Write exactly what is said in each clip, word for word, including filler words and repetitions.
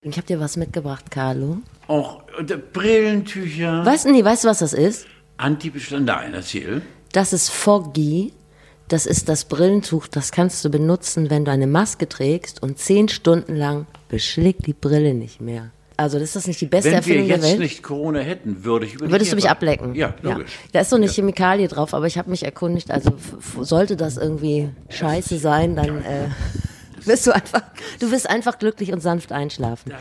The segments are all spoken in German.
Ich habe dir was mitgebracht, Carlo. Auch äh, Brillentücher. Weißt du, nee, weißt du, was das ist? Antibestände, erzähl. Das ist Foggy. Das ist das Brillentuch, das kannst du benutzen, wenn du eine Maske trägst und zehn Stunden lang beschlägt die Brille nicht mehr. Also das ist das nicht die beste wenn Erfindung der Welt? Wenn wir jetzt nicht Corona hätten, würde ich über die Würdest du mich ablecken? Ja, logisch. Ja. Da ist so eine ja. Chemikalie drauf, aber ich habe mich erkundigt, also f- sollte das irgendwie scheiße sein, dann äh, wirst du einfach, du wirst einfach glücklich und sanft einschlafen.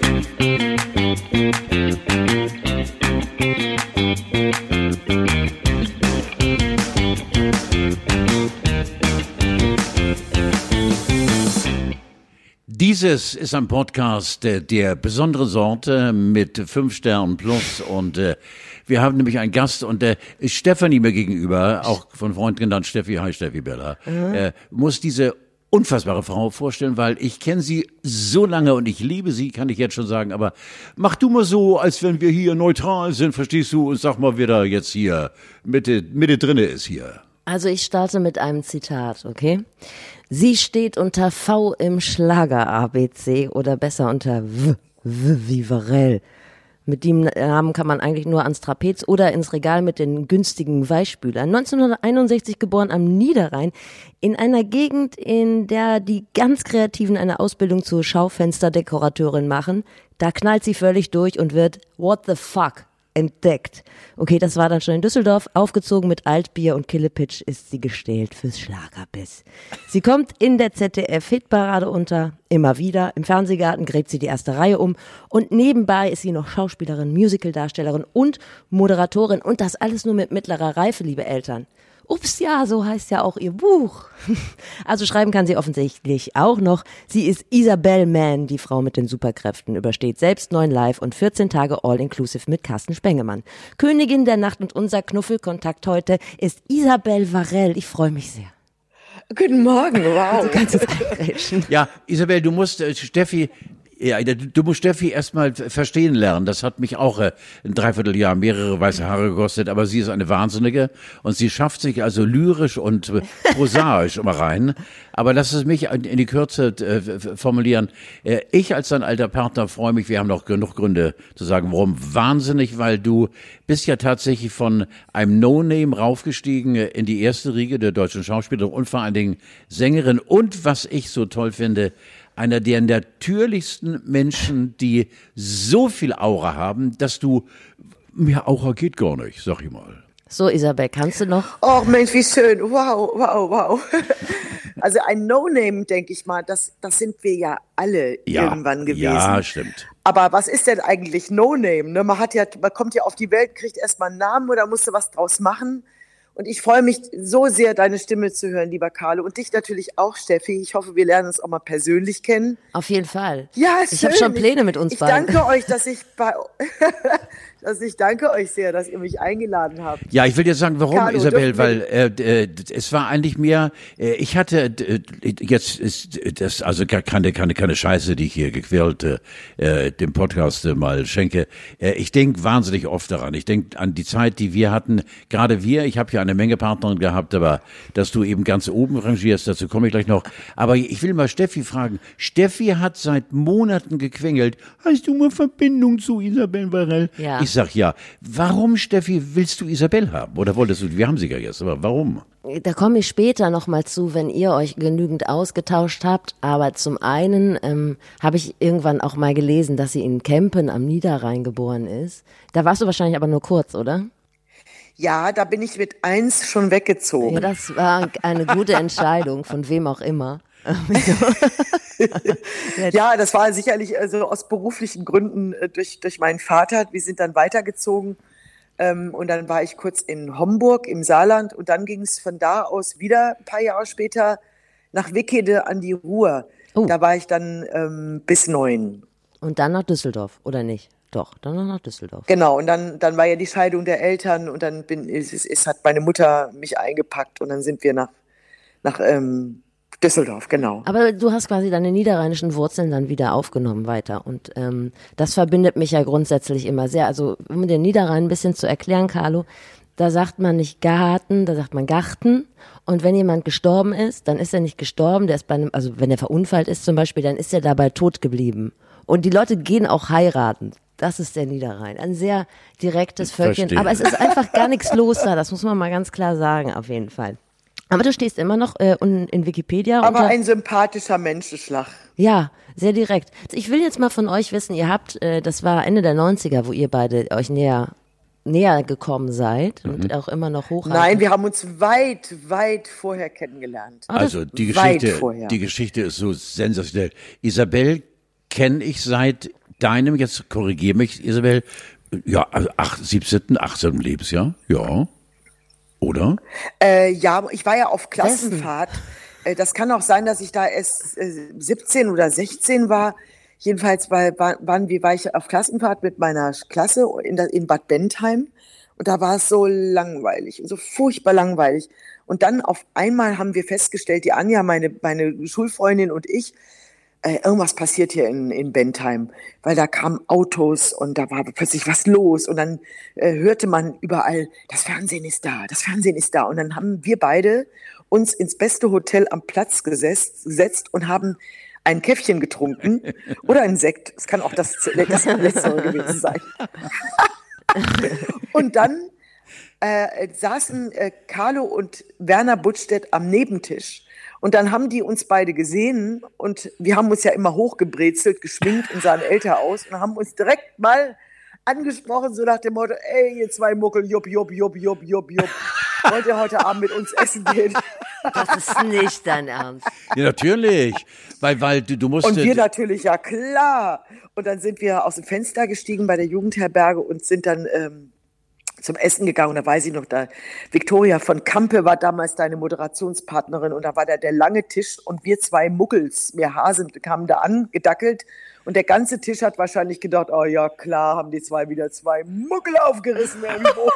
Dieses ist ein Podcast äh, der besonderen Sorte mit fünf Sternen plus und äh, wir haben nämlich einen Gast und äh, Stefanie mir gegenüber, auch von Freund genannt Steffi, hi Steffi Bella, mhm. äh, muss diese unfassbare Frau vorstellen, weil ich kenne sie so lange und ich liebe sie, kann ich jetzt schon sagen, aber mach du mal so, als wenn wir hier neutral sind, verstehst du, und sag mal, wer da jetzt hier Mitte, Mitte drinne ist hier. Also ich starte mit einem Zitat, okay? Sie steht unter V im Schlager-A B C oder besser unter W, W wie Varell. Mit dem Namen kann man eigentlich nur ans Trapez oder ins Regal mit den günstigen Weichspülern. neunzehnhunderteinundsechzig geboren am Niederrhein, in einer Gegend, in der die ganz Kreativen eine Ausbildung zur Schaufensterdekorateurin machen. Da knallt sie völlig durch und wird what the fuck entdeckt. Okay, das war dann schon in Düsseldorf. Aufgezogen mit Altbier und Killepitch ist sie gestählt fürs Schlagerbiss. Sie kommt in der Z D F-Hitparade unter, immer wieder. Im Fernsehgarten gräbt sie die erste Reihe um. Und nebenbei ist sie noch Schauspielerin, Musicaldarstellerin und Moderatorin. Und das alles nur mit mittlerer Reife, liebe Eltern. Ups, ja, so heißt ja auch ihr Buch. Also schreiben kann sie offensichtlich auch noch. Sie ist Isabel Mann, die Frau mit den Superkräften, übersteht selbst neun Live und vierzehn Tage All-Inclusive mit Carsten Spengemann. Königin der Nacht und unser Knuffelkontakt heute ist Isabel Varell. Ich freue mich sehr. Guten Morgen, wow. Du kannst es eingrätschen. Ja, Isabel, du musst, äh, Steffi, ja, du musst Steffi erstmal verstehen lernen. Das hat mich auch äh, ein Dreivierteljahr mehrere weiße Haare gekostet, aber sie ist eine Wahnsinnige und sie schafft sich also lyrisch und äh, prosaisch immer rein. Aber lass es mich in die Kürze äh, formulieren. Äh, ich als dein alter Partner freue mich, wir haben noch genug Gründe zu sagen, warum. Wahnsinnig, weil du bist ja tatsächlich von einem No-Name raufgestiegen äh, in die erste Riege der deutschen Schauspielerin und vor allen Dingen Sängerin und was ich so toll finde, einer der natürlichsten Menschen, die so viel Aura haben, dass du, ja, Aura geht gar nicht, sag ich mal. So, Isabel, kannst du noch? Oh Mensch, wie schön. Wow, wow, wow. Also ein No-Name, denke ich mal, das, das sind wir ja alle ja, irgendwann gewesen. Ja, stimmt. Aber was ist denn eigentlich No-Name? Ne? Man hat ja, man kommt ja auf die Welt, kriegt erstmal einen Namen oder musste was draus machen. Und ich freue mich so sehr, deine Stimme zu hören, lieber Carlo. Und dich natürlich auch, Steffi. Ich hoffe, wir lernen uns auch mal persönlich kennen. Auf jeden Fall. Ja, ich habe schon Pläne mit uns ich, beiden. Ich danke euch, dass ich bei... Also ich danke euch sehr, dass ihr mich eingeladen habt. Ja, ich will dir sagen, warum, Carlo, Isabel, weil äh, äh, es war eigentlich mehr, äh, ich hatte, äh, jetzt ist das also gar keine, keine, keine Scheiße, die ich hier gequält äh, dem Podcast äh, mal schenke. Äh, ich denke wahnsinnig oft daran. Ich denke an die Zeit, die wir hatten, gerade wir, ich habe ja eine Menge Partnerin gehabt, aber dass du eben ganz oben rangierst, dazu komme ich gleich noch. Aber ich will mal Steffi fragen. Steffi hat seit Monaten gequengelt, hast du mal Verbindung zu Isabel Varell? Ja. Ich sag ja. Warum, Steffi, willst du Isabel haben? Oder wolltest du, wir haben sie ja jetzt, aber warum? Da komme ich später nochmal zu, wenn ihr euch genügend ausgetauscht habt. Aber zum einen ähm, habe ich irgendwann auch mal gelesen, dass sie in Kempen am Niederrhein geboren ist. Da warst du wahrscheinlich aber nur kurz, oder? Ja, da bin ich mit eins schon weggezogen. Ja, das war eine gute Entscheidung, von wem auch immer. Ja, das war sicherlich also aus beruflichen Gründen äh, durch, durch meinen Vater. Wir sind dann weitergezogen ähm, und dann war ich kurz in Homburg im Saarland und dann ging es von da aus wieder ein paar Jahre später nach Wickede an die Ruhr. Oh. Da war ich dann ähm, bis neun. Und dann nach Düsseldorf, oder nicht? Doch, dann noch nach Düsseldorf. Genau, und dann, dann war ja die Scheidung der Eltern und dann bin, ist, ist, ist, hat meine Mutter mich eingepackt und dann sind wir nach, nach ähm, Düsseldorf, genau. Aber du hast quasi deine niederrheinischen Wurzeln dann wieder aufgenommen weiter und ähm, das verbindet mich ja grundsätzlich immer sehr. Also um den Niederrhein ein bisschen zu erklären, Carlo, da sagt man nicht Garten, da sagt man Garten. Und wenn jemand gestorben ist, dann ist er nicht gestorben, der ist bei einem, also wenn er verunfallt ist zum Beispiel, dann ist er dabei tot geblieben. Und die Leute gehen auch heiraten. Das ist der Niederrhein. Ein sehr direktes Völkchen. Verstehe. Aber es ist einfach gar nichts los da. Das muss man mal ganz klar sagen, auf jeden Fall. Aber du stehst immer noch äh, in Wikipedia. Aber unter, ein sympathischer Menschenschlag. Ja, sehr direkt. Ich will jetzt mal von euch wissen, ihr habt, äh, das war Ende der neunziger, wo ihr beide euch näher, näher gekommen seid Mhm. und auch immer noch hoch. Nein, wir haben uns weit, weit vorher kennengelernt. Ah, das- Also die Weit Geschichte, vorher. die Geschichte ist so sensationell. Isabel kenne ich seit deinem, jetzt korrigiere mich, Isabel, ja, also ach, siebzehnten, achtzehnten Lebensjahr, ja, oder? Äh, ja, ich war ja auf Klassenfahrt. Äh, das kann auch sein, dass ich da erst äh, siebzehn oder sechzehn war. Jedenfalls war, war, waren wir, war ich auf Klassenfahrt mit meiner Klasse in, der, in Bad Bentheim. Und da war es so langweilig, so furchtbar langweilig. Und dann auf einmal haben wir festgestellt, die Anja, meine, meine Schulfreundin und ich, äh, irgendwas passiert hier in, in Bentheim, weil da kamen Autos und da war plötzlich was los und dann äh, hörte man überall, das Fernsehen ist da, das Fernsehen ist da. Und dann haben wir beide uns ins beste Hotel am Platz gesetzt, gesetzt und haben ein Käffchen getrunken oder ein Sekt. Es kann auch das, das Letztere gewesen sein. Und dann äh, saßen äh, Carlo und Werner Buttstedt am Nebentisch. Und dann haben die uns beide gesehen und wir haben uns ja immer hochgebrezelt, geschminkt und sahen älter aus und haben uns direkt mal angesprochen, so nach dem Motto, ey, ihr zwei Muckel, jupp, jupp, jupp, jupp, jupp, jupp. Wollt ihr heute Abend mit uns essen gehen? Das ist nicht dein Ernst. Ja, natürlich, weil, weil du, du musst... Und wir natürlich, ja klar. Und dann sind wir aus dem Fenster gestiegen bei der Jugendherberge und sind dann ähm, zum Essen gegangen. Und da weiß ich noch, da Victoria von Kampe war damals deine Moderationspartnerin und da war da der lange Tisch und wir zwei Muggels, mehr Hasen, kamen da angedackelt. Und der ganze Tisch hat wahrscheinlich gedacht, oh ja klar, haben die zwei wieder zwei Muggel aufgerissen irgendwo.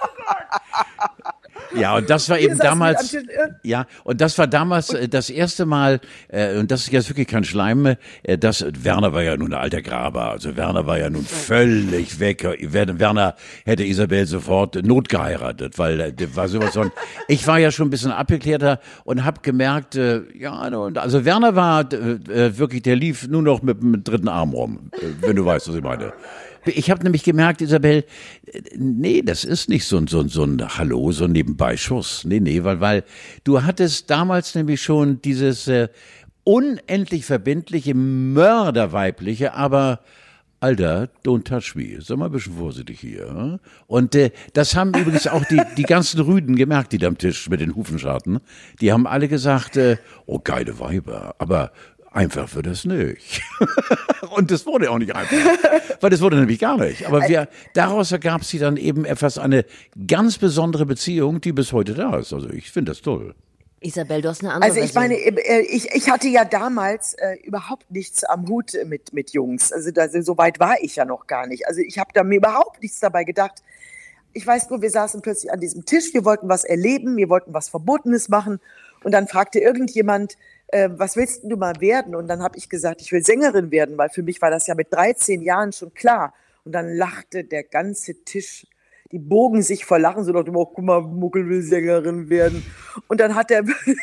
Ja, und das war Wir eben saßen damals, mit am Tisch, äh, ja, und das war damals äh, das erste Mal, äh, und das ist jetzt wirklich kein Schleim, äh, das, Werner war ja nun ein alter Graber, also Werner war ja nun völlig weg, Werner hätte Isabel sofort notgeheiratet, weil äh, der war sowas von, ich war ja schon ein bisschen abgeklärter und hab gemerkt, äh, ja, und also Werner war äh, wirklich, der lief nur noch mit dem dritten Arm rum, äh, wenn du weißt, was ich meine. Ich habe nämlich gemerkt, Isabel, nee, das ist nicht so ein, so ein, so ein Hallo, so ein Nebenbeischuss. Nee, nee, weil, weil du hattest damals nämlich schon dieses äh, unendlich verbindliche, mörderweibliche, aber Alter, don't touch me. Sag mal ein bisschen vorsichtig hier. Und äh, das haben übrigens auch die, die ganzen Rüden gemerkt, die da am Tisch mit den Hufenscharten. Die haben alle gesagt, äh, oh, geile Weiber, aber einfach wird das nicht. Und das wurde auch nicht einfach. Weil das wurde nämlich gar nicht. Aber wir, daraus ergab sich dann eben etwas, eine ganz besondere Beziehung, die bis heute da ist. Also ich finde das toll. Isabel, du hast eine andere Also ich Version. meine, äh, ich, ich hatte ja damals äh, überhaupt nichts am Hut mit, mit Jungs. Also da, so weit war ich ja noch gar nicht. Also ich habe da mir überhaupt nichts dabei gedacht. Ich weiß nur, wir saßen plötzlich an diesem Tisch, wir wollten was erleben, wir wollten was Verbotenes machen. Und dann fragte irgendjemand, äh, was willst denn du mal werden? Und dann habe ich gesagt, ich will Sängerin werden, weil für mich war das ja mit dreizehn Jahren schon klar. Und dann lachte der ganze Tisch. Die bogen sich vor Lachen, so dachte ich, oh, guck mal, Muckel will Sängerin werden. Und dann hat der,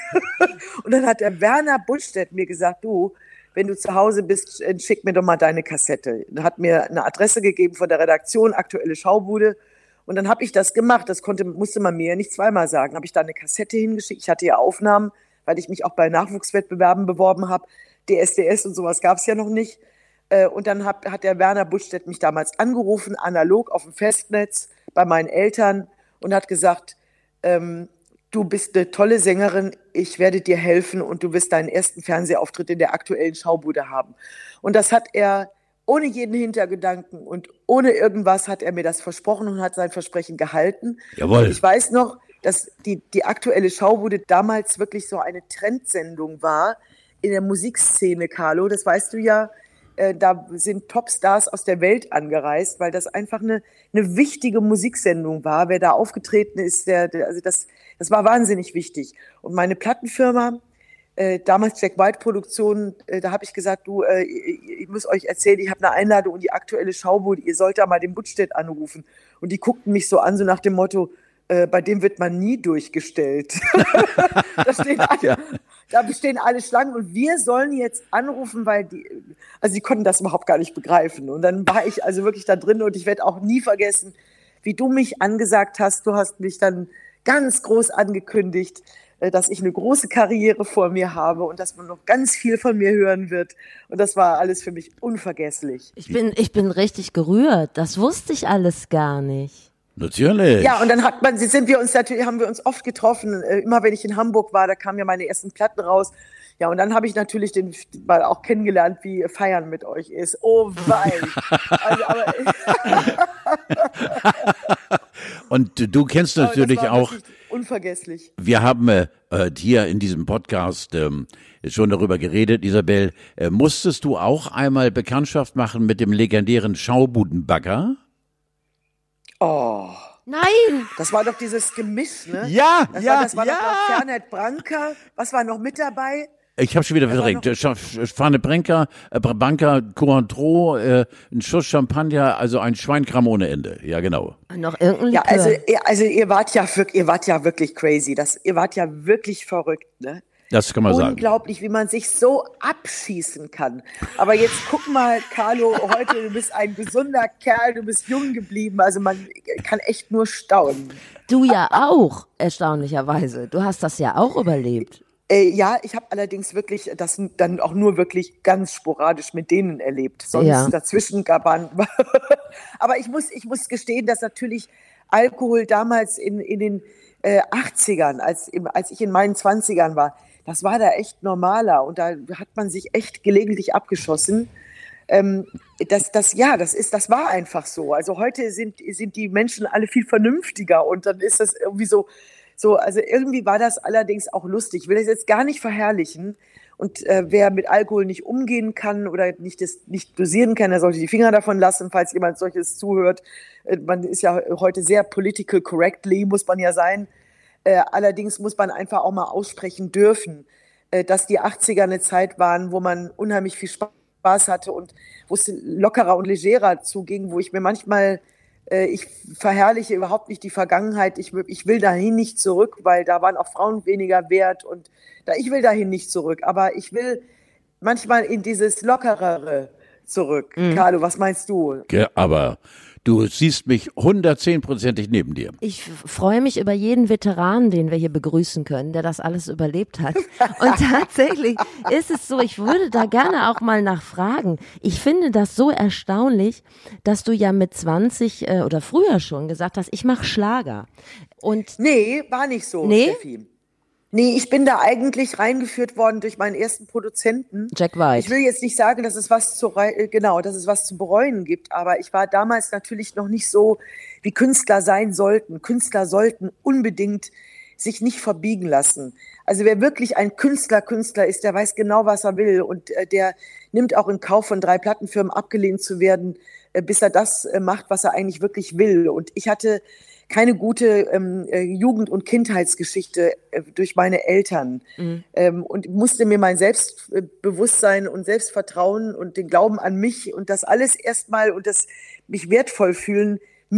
und dann hat der Werner Buttstedt mir gesagt, du, wenn du zu Hause bist, schick mir doch mal deine Kassette. Er hat mir eine Adresse gegeben von der Redaktion, aktuelle Schaubude. Und dann habe ich das gemacht. Das konnte, musste man mir ja nicht zweimal sagen. Habe ich da eine Kassette hingeschickt. Ich hatte ja Aufnahmen, weil ich mich auch bei Nachwuchswettbewerben beworben habe. D S D S und sowas gab es ja noch nicht. Und dann hat, hat der Werner Buttstedt mich damals angerufen, analog auf dem Festnetz bei meinen Eltern und hat gesagt, ähm, du bist eine tolle Sängerin, ich werde dir helfen und du wirst deinen ersten Fernsehauftritt in der aktuellen Schaubude haben. Und das hat er ohne jeden Hintergedanken und ohne irgendwas hat er mir das versprochen und hat sein Versprechen gehalten. Jawohl. Und ich weiß noch, dass die, die aktuelle Schaubude damals wirklich so eine Trendsendung war in der Musikszene, Carlo, das weißt du ja. Da sind Topstars aus der Welt angereist, weil das einfach eine, eine wichtige Musiksendung war. Wer da aufgetreten ist, der, der, also das, das war wahnsinnig wichtig. Und meine Plattenfirma, äh, damals Jack White Produktion, äh, da habe ich gesagt, du, äh, ich, ich muss euch erzählen, ich habe eine Einladung und die aktuelle Schaubude, ihr sollt da mal den Buttstedt anrufen. Und die guckten mich so an, so nach dem Motto, äh, bei dem wird man nie durchgestellt. da stehen alle, Ja. da bestehen alle Schlangen und wir sollen jetzt anrufen, weil die, also die konnten das überhaupt gar nicht begreifen. Und dann war ich also wirklich da drin und ich werde auch nie vergessen, wie du mich angesagt hast. Du hast mich dann ganz groß angekündigt, dass ich eine große Karriere vor mir habe und dass man noch ganz viel von mir hören wird. Und das war alles für mich unvergesslich. Ich bin, ich bin richtig gerührt. Das wusste ich alles gar nicht. Natürlich. Ja, und dann hat man, sind wir uns natürlich, haben wir uns oft getroffen. Immer wenn ich in Hamburg war, da kamen ja meine ersten Platten raus. Ja, und dann habe ich natürlich den mal auch kennengelernt, wie Feiern mit euch ist. Oh wei. Also, aber und du kennst natürlich aber das war auch, unvergesslich. Wir haben äh, hier in diesem Podcast ähm, schon darüber geredet, Isabel. Äh, musstest du auch einmal Bekanntschaft machen mit dem legendären Schaubudenbagger? Oh. Nein! Das war doch dieses Gemisch, ne? Ja, das ja, war, das war ja. doch noch Fernand Branca. Was war noch mit dabei? Ich habe schon wieder verdrängt. Fahne Brenker, äh, Banker, Cointreau, äh, ein Schuss Champagner, also ein Schweinkram ohne Ende. Ja, genau. Noch irgendein Ja, Likör. also, ihr- also ihr wart ja wirklich, ihr wart ja wirklich crazy. Das, ihr wart ja wirklich verrückt, ne? Das kann man sagen. Unglaublich, wie man sich so abschießen kann. Aber jetzt guck mal, Carlo, heute, du bist ein gesunder Kerl, du bist jung geblieben. Also man kann echt nur staunen. Du ja auch, erstaunlicherweise. Du hast das ja auch überlebt. Äh, ja, ich habe allerdings wirklich das dann auch nur wirklich ganz sporadisch mit denen erlebt. Sonst Ja. dazwischen gab man. Aber ich muss, ich muss gestehen, dass natürlich Alkohol damals in, in den äh, achtzigern, als, im, als ich in meinen zwanzigern war, das war da echt normaler und da hat man sich echt gelegentlich abgeschossen. Ähm, das, das, ja, das ist, das war einfach so. Also heute sind, sind die Menschen alle viel vernünftiger und dann ist das irgendwie so, so, also irgendwie war das allerdings auch lustig. Ich will das jetzt gar nicht verherrlichen. Und äh, wer mit Alkohol nicht umgehen kann oder nicht, das, nicht dosieren kann, der sollte die Finger davon lassen, falls jemand solches zuhört. Äh, man ist ja heute sehr political correctly, muss man ja sein. Äh, allerdings muss man einfach auch mal aussprechen dürfen, äh, dass die achtziger eine Zeit waren, wo man unheimlich viel Spaß hatte und wo es lockerer und legerer zuging, wo ich mir manchmal, äh, ich verherrliche überhaupt nicht die Vergangenheit, ich, ich will dahin nicht zurück, weil da waren auch Frauen weniger wert und da, ich will dahin nicht zurück, aber ich will manchmal in dieses Lockerere zurück. Mhm. Carlo, was meinst du? Ja, aber du siehst mich hundertzehnprozentig neben dir. Ich f- freue mich über jeden Veteranen, den wir hier begrüßen können, der das alles überlebt hat. Und tatsächlich ist es so, ich würde da gerne auch mal nachfragen. Ich finde das so erstaunlich, dass du ja mit zwanzig äh, oder früher schon gesagt hast, ich mache Schlager. Und Nee, war nicht so, Nee? Steffi. Nee, ich bin da eigentlich reingeführt worden durch meinen ersten Produzenten. Jack White. Ich will jetzt nicht sagen, dass es was zu rei- genau, dass es was zu bereuen gibt, aber ich war damals natürlich noch nicht so, wie Künstler sein sollten. Künstler sollten unbedingt sich nicht verbiegen lassen. Also wer wirklich ein Künstler Künstler ist, der weiß genau, was er will und äh, der nimmt auch in Kauf, von drei Plattenfirmen abgelehnt zu werden, äh, bis er das äh, macht, was er eigentlich wirklich will. Und ich hatte keine gute ähm, äh, Jugend- und Kindheitsgeschichte äh, durch meine Eltern mhm. ähm, und musste mir mein Selbstbewusstsein und Selbstvertrauen und den Glauben an mich und das alles erstmal und das mich wertvoll fühlen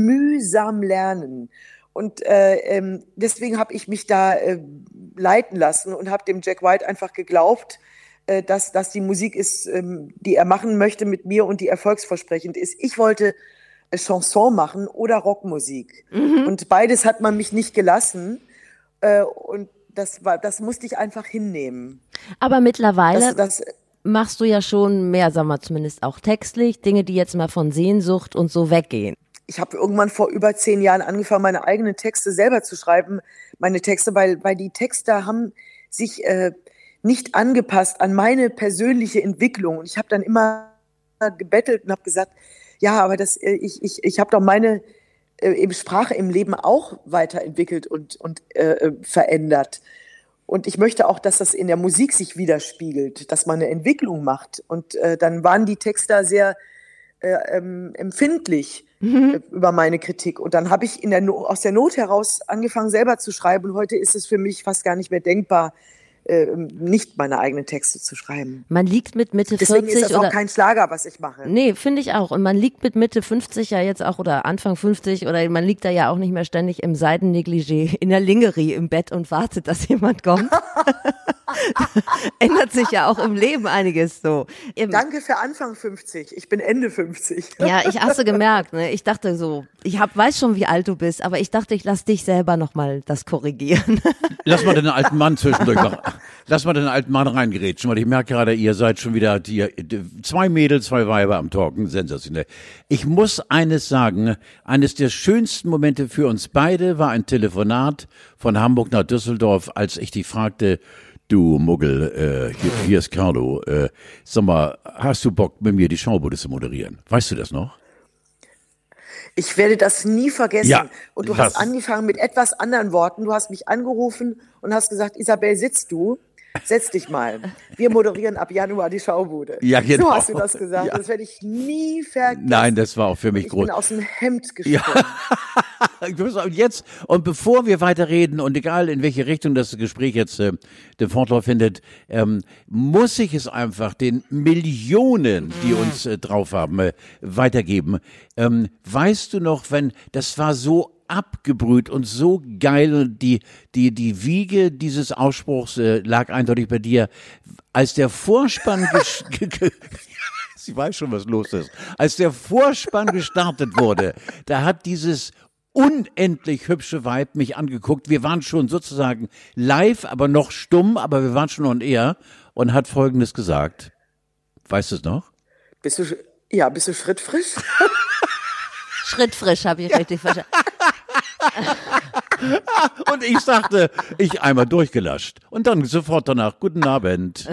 mühsam lernen. Und äh, ähm, deswegen habe ich mich da äh, leiten lassen und habe dem Jack White einfach geglaubt, äh, dass das die Musik ist, ähm, die er machen möchte mit mir und die erfolgsversprechend ist. Ich wollte Chanson machen oder Rockmusik. Mhm. Und beides hat man mich nicht gelassen. Äh, und das war, das musste ich einfach hinnehmen. Aber mittlerweile das, das, machst du ja schon mehr, sagen wir zumindest auch textlich, Dinge, die jetzt mal von Sehnsucht und so weggehen. Ich habe irgendwann vor über zehn Jahren angefangen, meine eigenen Texte selber zu schreiben. Meine Texte, weil, weil die Texte haben sich äh, nicht angepasst an meine persönliche Entwicklung. Und ich habe dann immer gebettelt und habe gesagt, ja, aber das, ich, ich, ich habe doch meine äh, Sprache im Leben auch weiterentwickelt und, und äh, verändert. Und ich möchte auch, dass das in der Musik sich widerspiegelt, dass man eine Entwicklung macht. Und äh, dann waren die Texter sehr äh, ähm, empfindlich mhm. äh, über meine Kritik. Und dann habe ich in der no- aus der Not heraus angefangen, selber zu schreiben. Und heute ist es für mich fast gar nicht mehr denkbar, Äh, nicht meine eigenen Texte zu schreiben. Man liegt mit Mitte Deswegen vierzig ist das oder auch kein Schlager, was ich mache. Nee, finde ich auch. Und man liegt mit Mitte fünfzig ja jetzt auch oder Anfang fünfzig oder man liegt da ja auch nicht mehr ständig im Seidennegligé in der Lingerie im Bett und wartet, dass jemand kommt. Ändert sich ja auch im Leben einiges so. Im, Danke für Anfang fünfzig. Ich bin Ende fünfzig. Ja, ich hast du gemerkt, ne? Ich dachte so, ich hab, weiß schon, wie alt du bist, aber ich dachte, ich lass dich selber nochmal das korrigieren. Lass mal den alten Mann zwischendurch machen. Lass mal den alten Mann reingerätschen, weil ich merke gerade, ihr seid schon wieder die, zwei Mädels, zwei Weiber am Talken. Sensationell. Ich muss eines sagen, eines der schönsten Momente für uns beide war ein Telefonat von Hamburg nach Düsseldorf, als ich dich fragte, du Muggel, äh, hier, hier ist Carlo, äh, sag mal, hast du Bock, mit mir die Schaubude zu moderieren? Weißt du das noch? Ich werde das nie vergessen. Ja, und du was? hast angefangen mit etwas anderen Worten. Du hast mich angerufen und hast gesagt, Isabel, sitzt du? Setz dich mal. Wir moderieren ab Januar die Schaubude. Ja, genau. So hast du das gesagt. Ja. Das werde ich nie vergessen. Nein, das war auch für mich ich groß. bin aus dem Hemd gesprungen. Ja. Jetzt, und bevor wir weiterreden, und egal in welche Richtung das Gespräch jetzt äh, den Fortlauf findet, ähm, muss ich es einfach den Millionen, die uns äh, drauf haben, äh, weitergeben. Ähm, weißt du noch, wenn, das war so abgebrüht und so geil, und die, die, die Wiege dieses Ausspruchs äh, lag eindeutig bei dir, als der Vorspann gesch- ge- ge- sie weiß schon, was los ist. Als der Vorspann gestartet wurde, da hat dieses unendlich hübsche Weib mich angeguckt. Wir waren schon sozusagen live, aber noch stumm, aber wir waren schon on air, und hat Folgendes gesagt. Weißt du es noch? Bist du, ja, bist du schrittfrisch? Schrittfrisch, habe ich richtig verstanden. Und ich sagte, ich einmal durchgelascht. Und dann sofort danach, guten Abend.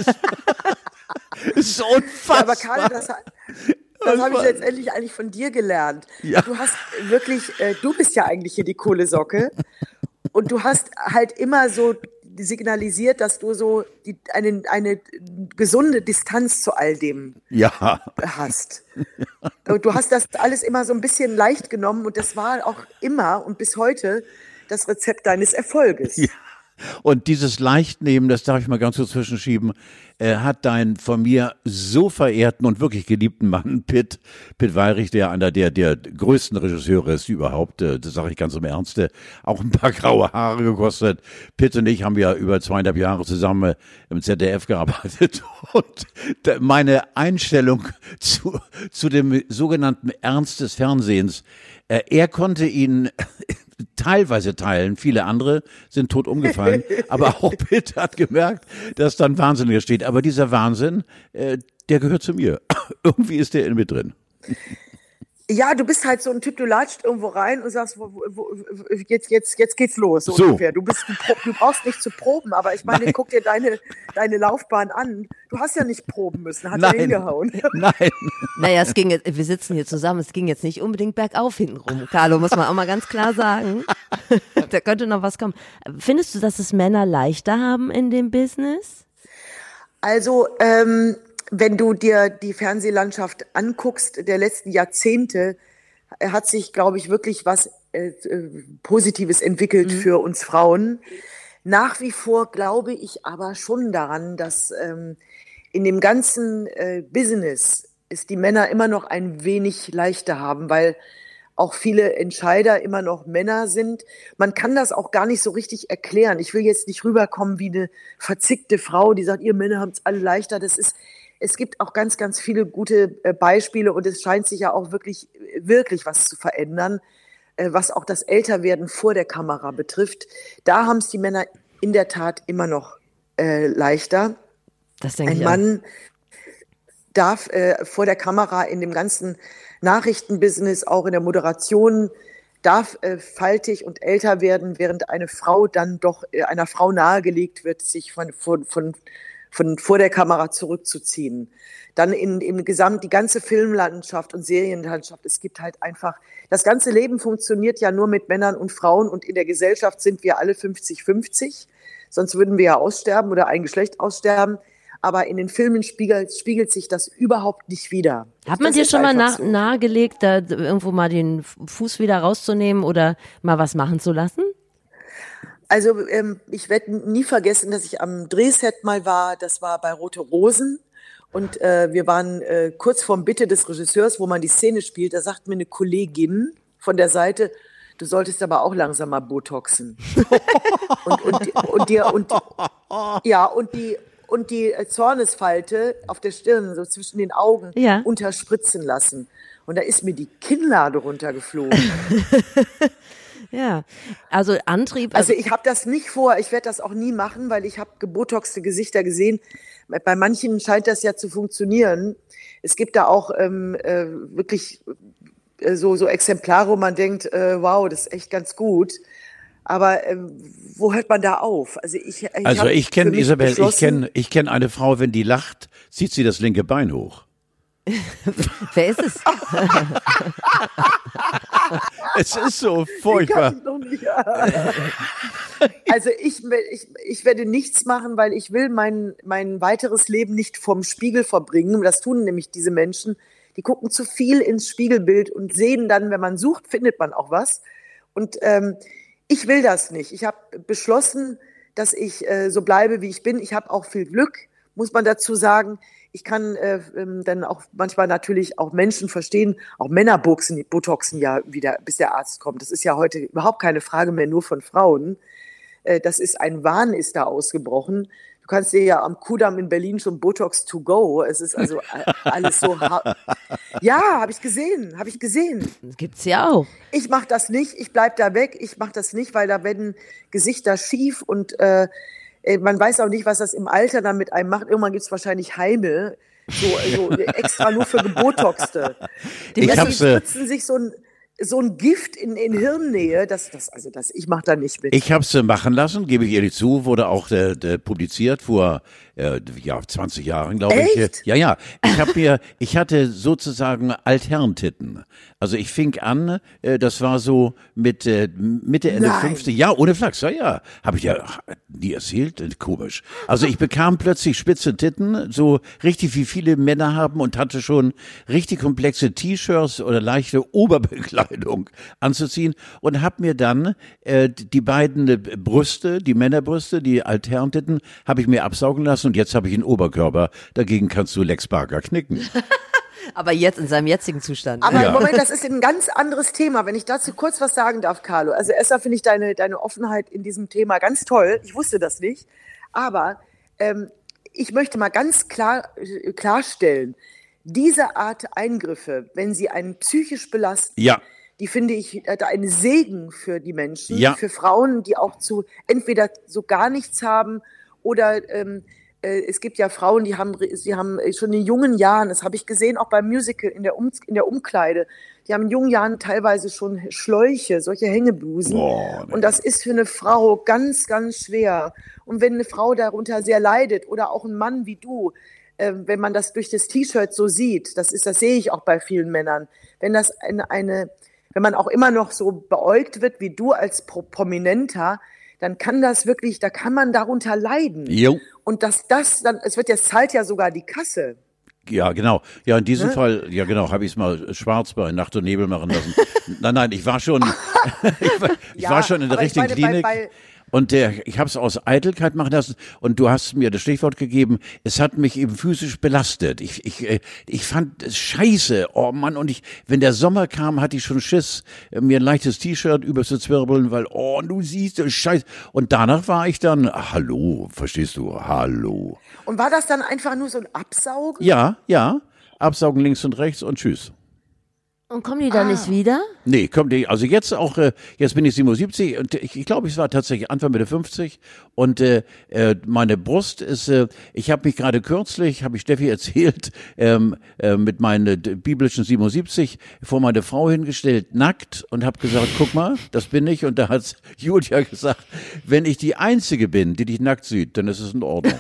Das ist unfassbar. Ja, aber Karl, das, das habe ich letztendlich eigentlich von dir gelernt. Ja. Du hast wirklich, äh, du bist ja eigentlich hier die coole Socke. Und du hast halt immer so signalisiert, dass du so die, eine, eine gesunde Distanz zu all dem Ja. hast. Ja. Du hast das alles immer so ein bisschen leicht genommen, und das war auch immer und bis heute das Rezept deines Erfolges. Ja. Und dieses Leichtnehmen, das darf ich mal ganz kurz zwischenschieben, äh, hat dein von mir so verehrten und wirklich geliebten Mann Pitt, Pitt Weyrich, der einer der, der größten Regisseure ist überhaupt, äh, das sage ich ganz im Ernste, auch ein paar graue Haare gekostet. Pitt und ich haben ja über zweieinhalb Jahre zusammen im Z D F gearbeitet, und meine Einstellung zu, zu dem sogenannten Ernst des Fernsehens, äh, er konnte ihn teilweise teilen, viele andere sind tot umgefallen, aber auch Pitt hat gemerkt, dass da ein Wahnsinniger steht. Aber dieser Wahnsinn, äh, der gehört zu mir. Irgendwie ist der in mir drin. Ja, du bist halt so ein Typ, du latscht irgendwo rein und sagst, wo, wo, jetzt, jetzt, jetzt geht's los, so, So. ungefähr. Du bist, ein Pro, du brauchst nicht zu proben, aber ich meine, Nein. guck dir deine, deine Laufbahn an. Du hast ja nicht proben müssen, hat Nein. ja hingehauen. Nein. Naja, es ging jetzt, wir sitzen hier zusammen, es ging jetzt nicht unbedingt bergauf hintenrum. Carlo, muss man auch mal ganz klar sagen. Da könnte noch was kommen. Findest du, dass es Männer leichter haben in dem Business? Also, ähm, wenn du dir die Fernsehlandschaft anguckst der letzten Jahrzehnte, hat sich, glaube ich, wirklich was äh, Positives entwickelt mhm. für uns Frauen. Nach wie vor glaube ich aber schon daran, dass ähm, in dem ganzen äh, Business es die Männer immer noch ein wenig leichter haben, weil auch viele Entscheider immer noch Männer sind. Man kann das auch gar nicht so richtig erklären. Ich will jetzt nicht rüberkommen wie eine verzickte Frau, die sagt, ihr Männer haben es alle leichter. Das ist Es gibt auch ganz, ganz viele gute Beispiele, und es scheint sich ja auch wirklich, wirklich was zu verändern, was auch das Älterwerden vor der Kamera betrifft. Da haben es die Männer in der Tat immer noch äh, leichter. Das denke Ein ich Mann darf äh, vor der Kamera in dem ganzen Nachrichtenbusiness, auch in der Moderation, darf äh, faltig und älter werden, während eine Frau dann doch äh, einer Frau nahegelegt wird, sich von, von, von von vor der Kamera zurückzuziehen. Dann in, in Gesamt die ganze Filmlandschaft und Serienlandschaft. Es gibt halt einfach, das ganze Leben funktioniert ja nur mit Männern und Frauen, und in der Gesellschaft sind wir alle fünfzig fünfzig. Sonst würden wir ja aussterben oder ein Geschlecht aussterben. Aber in den Filmen spiegelt, spiegelt sich das überhaupt nicht wider. Hat man Das dir ist schon mal einfach nah, so. nahegelegt, da irgendwo mal den Fuß wieder rauszunehmen oder mal was machen zu lassen? Also ähm, ich werde nie vergessen, dass ich am Drehset mal war. Das war bei Rote Rosen. Und äh, wir waren äh, kurz vorm Bitte des Regisseurs, wo man die Szene spielt. Da sagt mir eine Kollegin von der Seite, du solltest aber auch langsam mal Botoxen. und, und, und dir, und, ja, und die, und die Zornesfalte auf der Stirn, so zwischen den Augen, ja. unterspritzen lassen. Und da ist mir die Kinnlade runtergeflogen. Ja, also Antrieb. Also, also ich habe das nicht vor, ich werde das auch nie machen, weil ich habe gebotoxte Gesichter gesehen. Bei manchen scheint das ja zu funktionieren. Es gibt da auch ähm, äh, wirklich äh, so, so Exemplare, wo man denkt, äh, wow, das ist echt ganz gut. Aber ähm, wo hört man da auf? Also ich, ich also ich kenne Isabel, ich kenne ich kenne eine Frau, wenn die lacht, zieht sie das linke Bein hoch. Wer ist es? Es ist so furchtbar. Ich noch nicht. Also ich, ich, ich werde nichts machen, weil ich will mein, mein weiteres Leben nicht vorm Spiegel verbringen. Das tun nämlich diese Menschen. Die gucken zu viel ins Spiegelbild und sehen dann, wenn man sucht, findet man auch was. Und ähm, ich will das nicht. Ich habe beschlossen, dass ich äh, so bleibe, wie ich bin. Ich habe auch viel Glück, muss man dazu sagen. Ich kann äh, dann auch manchmal natürlich auch Menschen verstehen, auch Männer boxen, botoxen ja wieder, bis der Arzt kommt. Das ist ja heute überhaupt keine Frage mehr nur von Frauen. Äh, das ist ein Wahn, ist da ausgebrochen. Du kannst dir ja am Kudamm in Berlin schon Botox to go. Es ist also alles so. Ha- ja, habe ich gesehen, habe ich gesehen. Das gibt's ja auch. Ich mache das nicht, ich bleib da weg. Ich mache das nicht, weil da werden Gesichter schief und äh, man weiß auch nicht, was das im Alter dann mit einem macht. Irgendwann gibt's wahrscheinlich Heime, so, so extra nur für Gebotoxte. Die ich Menschen hab's, äh, spritzen sich so ein, so ein Gift in, in Hirnnähe. Das, das, also das, ich mache da nicht mit. Ich habe es machen lassen, gebe ich ehrlich zu, wurde auch äh, äh, publiziert vor äh, ja zwanzig Jahren, glaube ich. Echt? Ja, ja. Ich habe mir, ich hatte sozusagen Altherrentitten. Also ich fing an, äh, das war so mit äh, Mitte Ende Nein. fünfzig, ja, ohne Flachs, ja, ja, habe ich ja ach, nie erzählt, äh, komisch. Also ich bekam plötzlich spitze Titten, so richtig wie viele Männer haben und hatte schon richtig komplexe T-Shirts oder leichte Oberbekleidung anzuziehen und habe mir dann äh, die beiden äh, Brüste, die Männerbrüste, die Altherrentitten, habe ich mir absaugen lassen und jetzt habe ich einen Oberkörper. Dagegen kannst du Lex Barker knicken. Aber jetzt in seinem jetzigen Zustand. Aber Ja. Moment, das ist ein ganz anderes Thema. Wenn ich dazu kurz was sagen darf, Carlo. Also erstmal finde ich deine, deine Offenheit in diesem Thema ganz toll. Ich wusste das nicht. Aber ähm, ich möchte mal ganz klar äh, klarstellen, diese Art Eingriffe, wenn sie einen psychisch belasten, Ja. die finde ich äh, ein Segen für die Menschen, Ja. für Frauen, die auch zu entweder so gar nichts haben oder ähm, äh, es gibt ja Frauen, die haben, sie haben schon in jungen Jahren, das habe ich gesehen, auch beim Musical in der, um, in der Umkleide, die haben in jungen Jahren teilweise schon Schläuche, solche Hängeblusen. Boah, nee. Und das ist für eine Frau ganz, ganz schwer. Und wenn eine Frau darunter sehr leidet oder auch ein Mann wie du, äh, wenn man das durch das T-Shirt so sieht, das ist, das sehe ich auch bei vielen Männern, wenn das eine, eine wenn man auch immer noch so beäugt wird wie du als Pro- Prominenter, dann kann das wirklich, da kann man darunter leiden. Jo. Und dass das dann, es wird jetzt zahlt ja sogar die Kasse. Ja, genau. Ja, in diesem Ne? Fall, ja genau, habe ich es mal schwarz bei Nacht und Nebel machen lassen. nein, nein, ich war schon, ich, war, ich Ja, war schon in der aber ich richtigen meine, bei- Klinik. bei- Und der, ich habe es aus Eitelkeit machen lassen und du hast mir das Stichwort gegeben, es hat mich eben physisch belastet. Ich, ich, äh, ich fand es scheiße, oh Mann, und ich, wenn der Sommer kam, hatte ich schon Schiss, äh, mir ein leichtes T-Shirt überzuzwirbeln, weil, oh, du siehst, das ist scheiße. Und danach war ich dann, ah, hallo, verstehst du, hallo. Und war das dann einfach nur so ein Absaugen? Ja, ja, absaugen links und rechts und tschüss. Und kommen die dann nicht wieder? Nee, kommt nicht. Also jetzt auch, äh, jetzt bin ich siebenundsiebzig und ich, ich glaube, ich war tatsächlich Anfang Mitte fünfzig und äh, äh, meine Brust ist, äh, ich habe mich gerade kürzlich, habe ich Steffi erzählt, ähm, äh, mit meinen äh, biblischen siebenundsiebzig vor meine Frau hingestellt, nackt und habe gesagt, guck mal, das bin ich. Und da hat Julia gesagt, wenn ich die Einzige bin, die dich nackt sieht, dann ist es in Ordnung.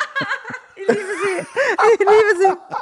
Ich liebe sie. Ich liebe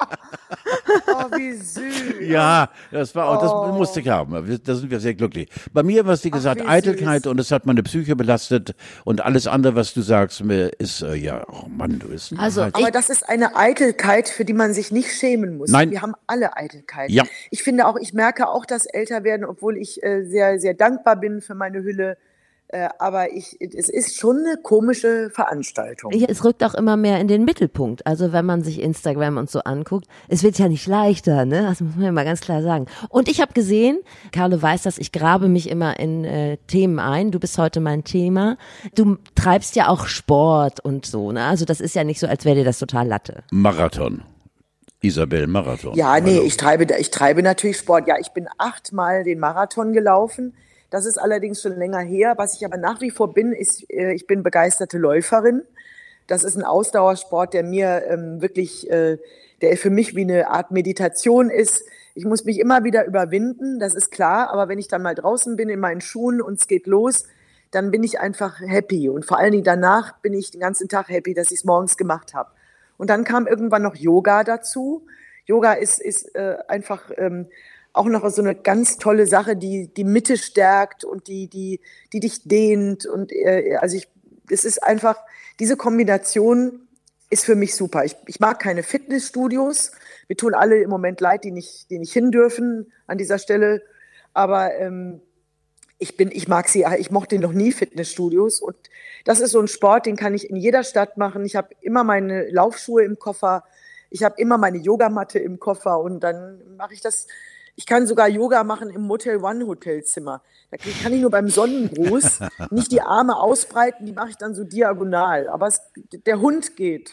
sie. Oh, wie süß. Ja, das war auch, das musste ich haben. Da sind wir sehr glücklich. Bei mir war es, wie gesagt, wie Eitelkeit süß. und es hat meine Psyche belastet und alles andere, was du sagst, mir ist, äh, ja, oh Mann, du bist. Also halt, Aber das ist eine Eitelkeit, für die man sich nicht schämen muss. Nein. Wir haben alle Eitelkeit. Ja. Ich finde auch, ich merke auch das Älterwerden, obwohl ich äh, sehr, sehr dankbar bin für meine Hülle. Äh, aber ich, es ist schon eine komische Veranstaltung. Ja, es rückt auch immer mehr in den Mittelpunkt. Also wenn man sich Instagram und so anguckt, es wird ja nicht leichter, ne? Das muss man ja mal ganz klar sagen. Und ich habe gesehen, Carlo weiß das, ich grabe mich immer in äh, Themen ein. Du bist heute mein Thema. Du treibst ja auch Sport und so, ne? Also das ist ja nicht so, als wäre dir das total Latte. Marathon. Isabel, Marathon. Ja, nee, ich treibe, ich treibe natürlich Sport. Ja, ich bin achtmal den Marathon gelaufen. Das ist allerdings schon länger her. Was ich aber nach wie vor bin, ist, äh, ich bin begeisterte Läuferin. Das ist ein Ausdauersport, der mir ähm, wirklich, äh, der für mich wie eine Art Meditation ist. Ich muss mich immer wieder überwinden, das ist klar. Aber wenn ich dann mal draußen bin in meinen Schuhen und es geht los, dann bin ich einfach happy. Und vor allen Dingen danach bin ich den ganzen Tag happy, dass ich es morgens gemacht habe. Und dann kam irgendwann noch Yoga dazu. Yoga ist, ist äh, einfach... Ähm, auch noch so eine ganz tolle Sache, die die Mitte stärkt und die die die dich dehnt und äh, also ich es ist einfach diese Kombination ist für mich super. Ich ich mag keine Fitnessstudios. Wir tun alle im Moment leid, die nicht die nicht hin dürfen an dieser Stelle, aber ähm, ich bin ich mag sie, ich mochte noch nie Fitnessstudios und das ist so ein Sport, den kann ich in jeder Stadt machen. Ich habe immer meine Laufschuhe im Koffer. Ich habe immer meine Yogamatte im Koffer und dann mache ich das. Ich kann sogar Yoga machen im Motel One Hotelzimmer. Da kann ich nur beim Sonnengruß nicht die Arme ausbreiten, die mache ich dann so diagonal. Aber es, der Hund geht.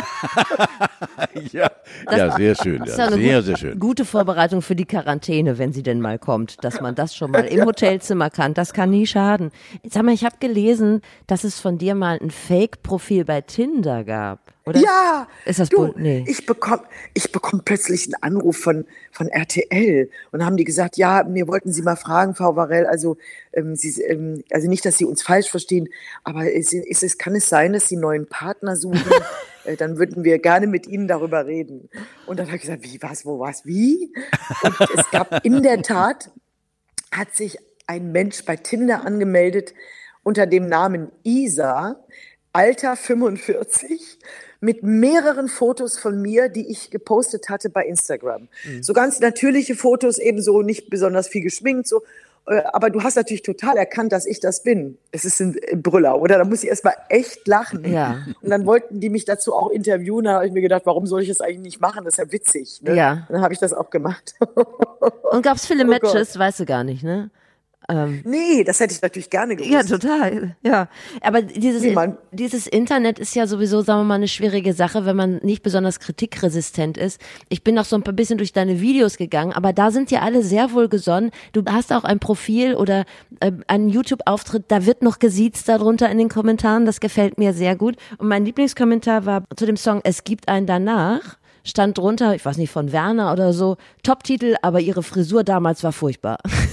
ja, ja, sehr schön. Ja, ja sehr, gut, sehr schön. Gute Vorbereitung für die Quarantäne, wenn sie denn mal kommt, dass man das schon mal im Hotelzimmer kann. Das kann nie schaden. Sag mal, ich habe gelesen, dass es von dir mal ein Fake-Profil bei Tinder gab. Oder? Ja, ist das du, bunt? Nee. ich bekomme ich bekomm plötzlich einen Anruf von, von R T L und haben die gesagt, ja, mir wollten Sie mal fragen, Frau Varell, also, ähm, Sie, ähm, also nicht, dass Sie uns falsch verstehen, aber ist, ist es, kann es sein, dass Sie einen neuen Partner suchen? äh, dann würden wir gerne mit Ihnen darüber reden. Und dann habe ich gesagt, wie, was, wo, was, wie? Und es gab in der Tat, hat sich ein Mensch bei Tinder angemeldet unter dem Namen Isa, Alter fünfundvierzig, mit mehreren Fotos von mir, die ich gepostet hatte bei Instagram. Mhm. So ganz natürliche Fotos, ebenso nicht besonders viel geschminkt, so. Aber du hast natürlich total erkannt, dass ich das bin. Es ist ein Brüller, oder? Da muss ich erstmal echt lachen. Ja. Und dann wollten die mich dazu auch interviewen. Da habe ich mir gedacht, warum soll ich das eigentlich nicht machen? Das ist ja witzig. Ne? Ja. Und dann habe ich das auch gemacht. Und gab es viele Oh Matches? Gott. Weißt du gar nicht, ne? Ähm, nee, das hätte ich natürlich gerne gewusst. Ja, total. Ja, aber dieses Niemand. dieses Internet ist ja sowieso, sagen wir mal, eine schwierige Sache, wenn man nicht besonders kritikresistent ist. Ich bin noch so ein bisschen durch deine Videos gegangen, aber da sind ja alle sehr wohlgesonnen. Du hast auch ein Profil oder äh, einen YouTube-Auftritt, da wird noch gesiezt darunter in den Kommentaren. Das gefällt mir sehr gut. Und mein Lieblingskommentar war zu dem Song "Es gibt ein Danach", stand drunter, ich weiß nicht, von Werner oder so, Top-Titel, aber ihre Frisur damals war furchtbar.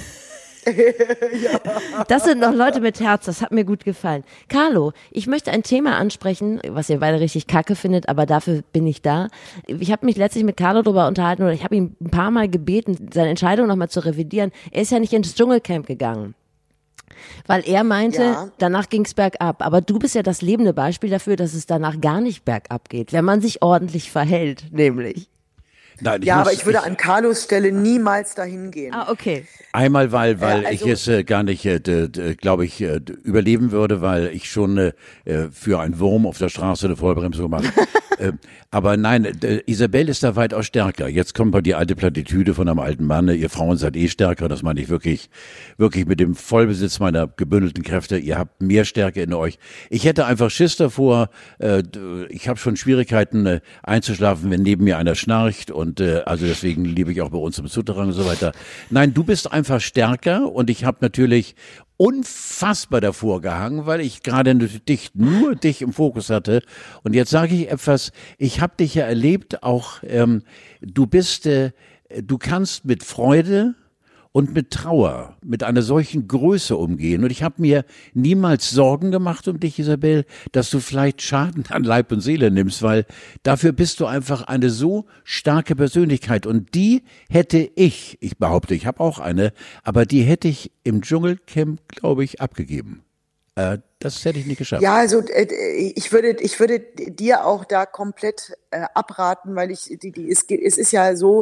Ja. Das sind noch Leute mit Herz, das hat mir gut gefallen. Carlo, ich möchte ein Thema ansprechen, was ihr beide richtig kacke findet, aber dafür bin ich da. Ich habe mich letztlich mit Carlo darüber unterhalten oder ich habe ihn ein paar Mal gebeten, seine Entscheidung nochmal zu revidieren. Er ist ja nicht ins Dschungelcamp gegangen, weil er meinte, ja, danach ging's bergab. Aber du bist ja das lebende Beispiel dafür, dass es danach gar nicht bergab geht, wenn man sich ordentlich verhält, nämlich. Nein, ich ja, muss, aber ich würde ich, an Carlos Stelle niemals dahin gehen. Ah, okay. Einmal, weil, weil äh, also, ich es äh, gar nicht, äh, glaube ich, äh, überleben würde, weil ich schon äh, für einen Wurm auf der Straße eine Vollbremsung mache. äh, aber nein, äh, Isabel ist da weitaus stärker. Jetzt kommt mal die alte Plattitüde von einem alten Mann. Ihr Frauen seid eh stärker. Das meine ich wirklich, wirklich mit dem Vollbesitz meiner gebündelten Kräfte. Ihr habt mehr Stärke in euch. Ich hätte einfach Schiss davor. Äh, ich habe schon Schwierigkeiten äh, einzuschlafen, wenn neben mir einer schnarcht. Und äh, also deswegen liebe ich auch bei uns im Souterrain und so weiter. Nein, du bist einfach stärker. Und ich habe natürlich unfassbar davor gehangen, weil ich gerade dich, nur dich im Fokus hatte. Und jetzt sage ich etwas, ich habe dich ja erlebt, auch ähm, du bist, äh, du kannst mit Freude und mit Trauer, mit einer solchen Größe umgehen. Und ich habe mir niemals Sorgen gemacht um dich, Isabel, dass du vielleicht Schaden an Leib und Seele nimmst, weil dafür bist du einfach eine so starke Persönlichkeit. Und die hätte ich, ich behaupte, ich habe auch eine, aber die hätte ich im Dschungelcamp, glaube ich, abgegeben. Äh, das hätte ich nicht geschafft. Ja, also äh, ich würde, ich würde dir auch da komplett äh, abraten, weil ich, die, die, es, es ist ja so,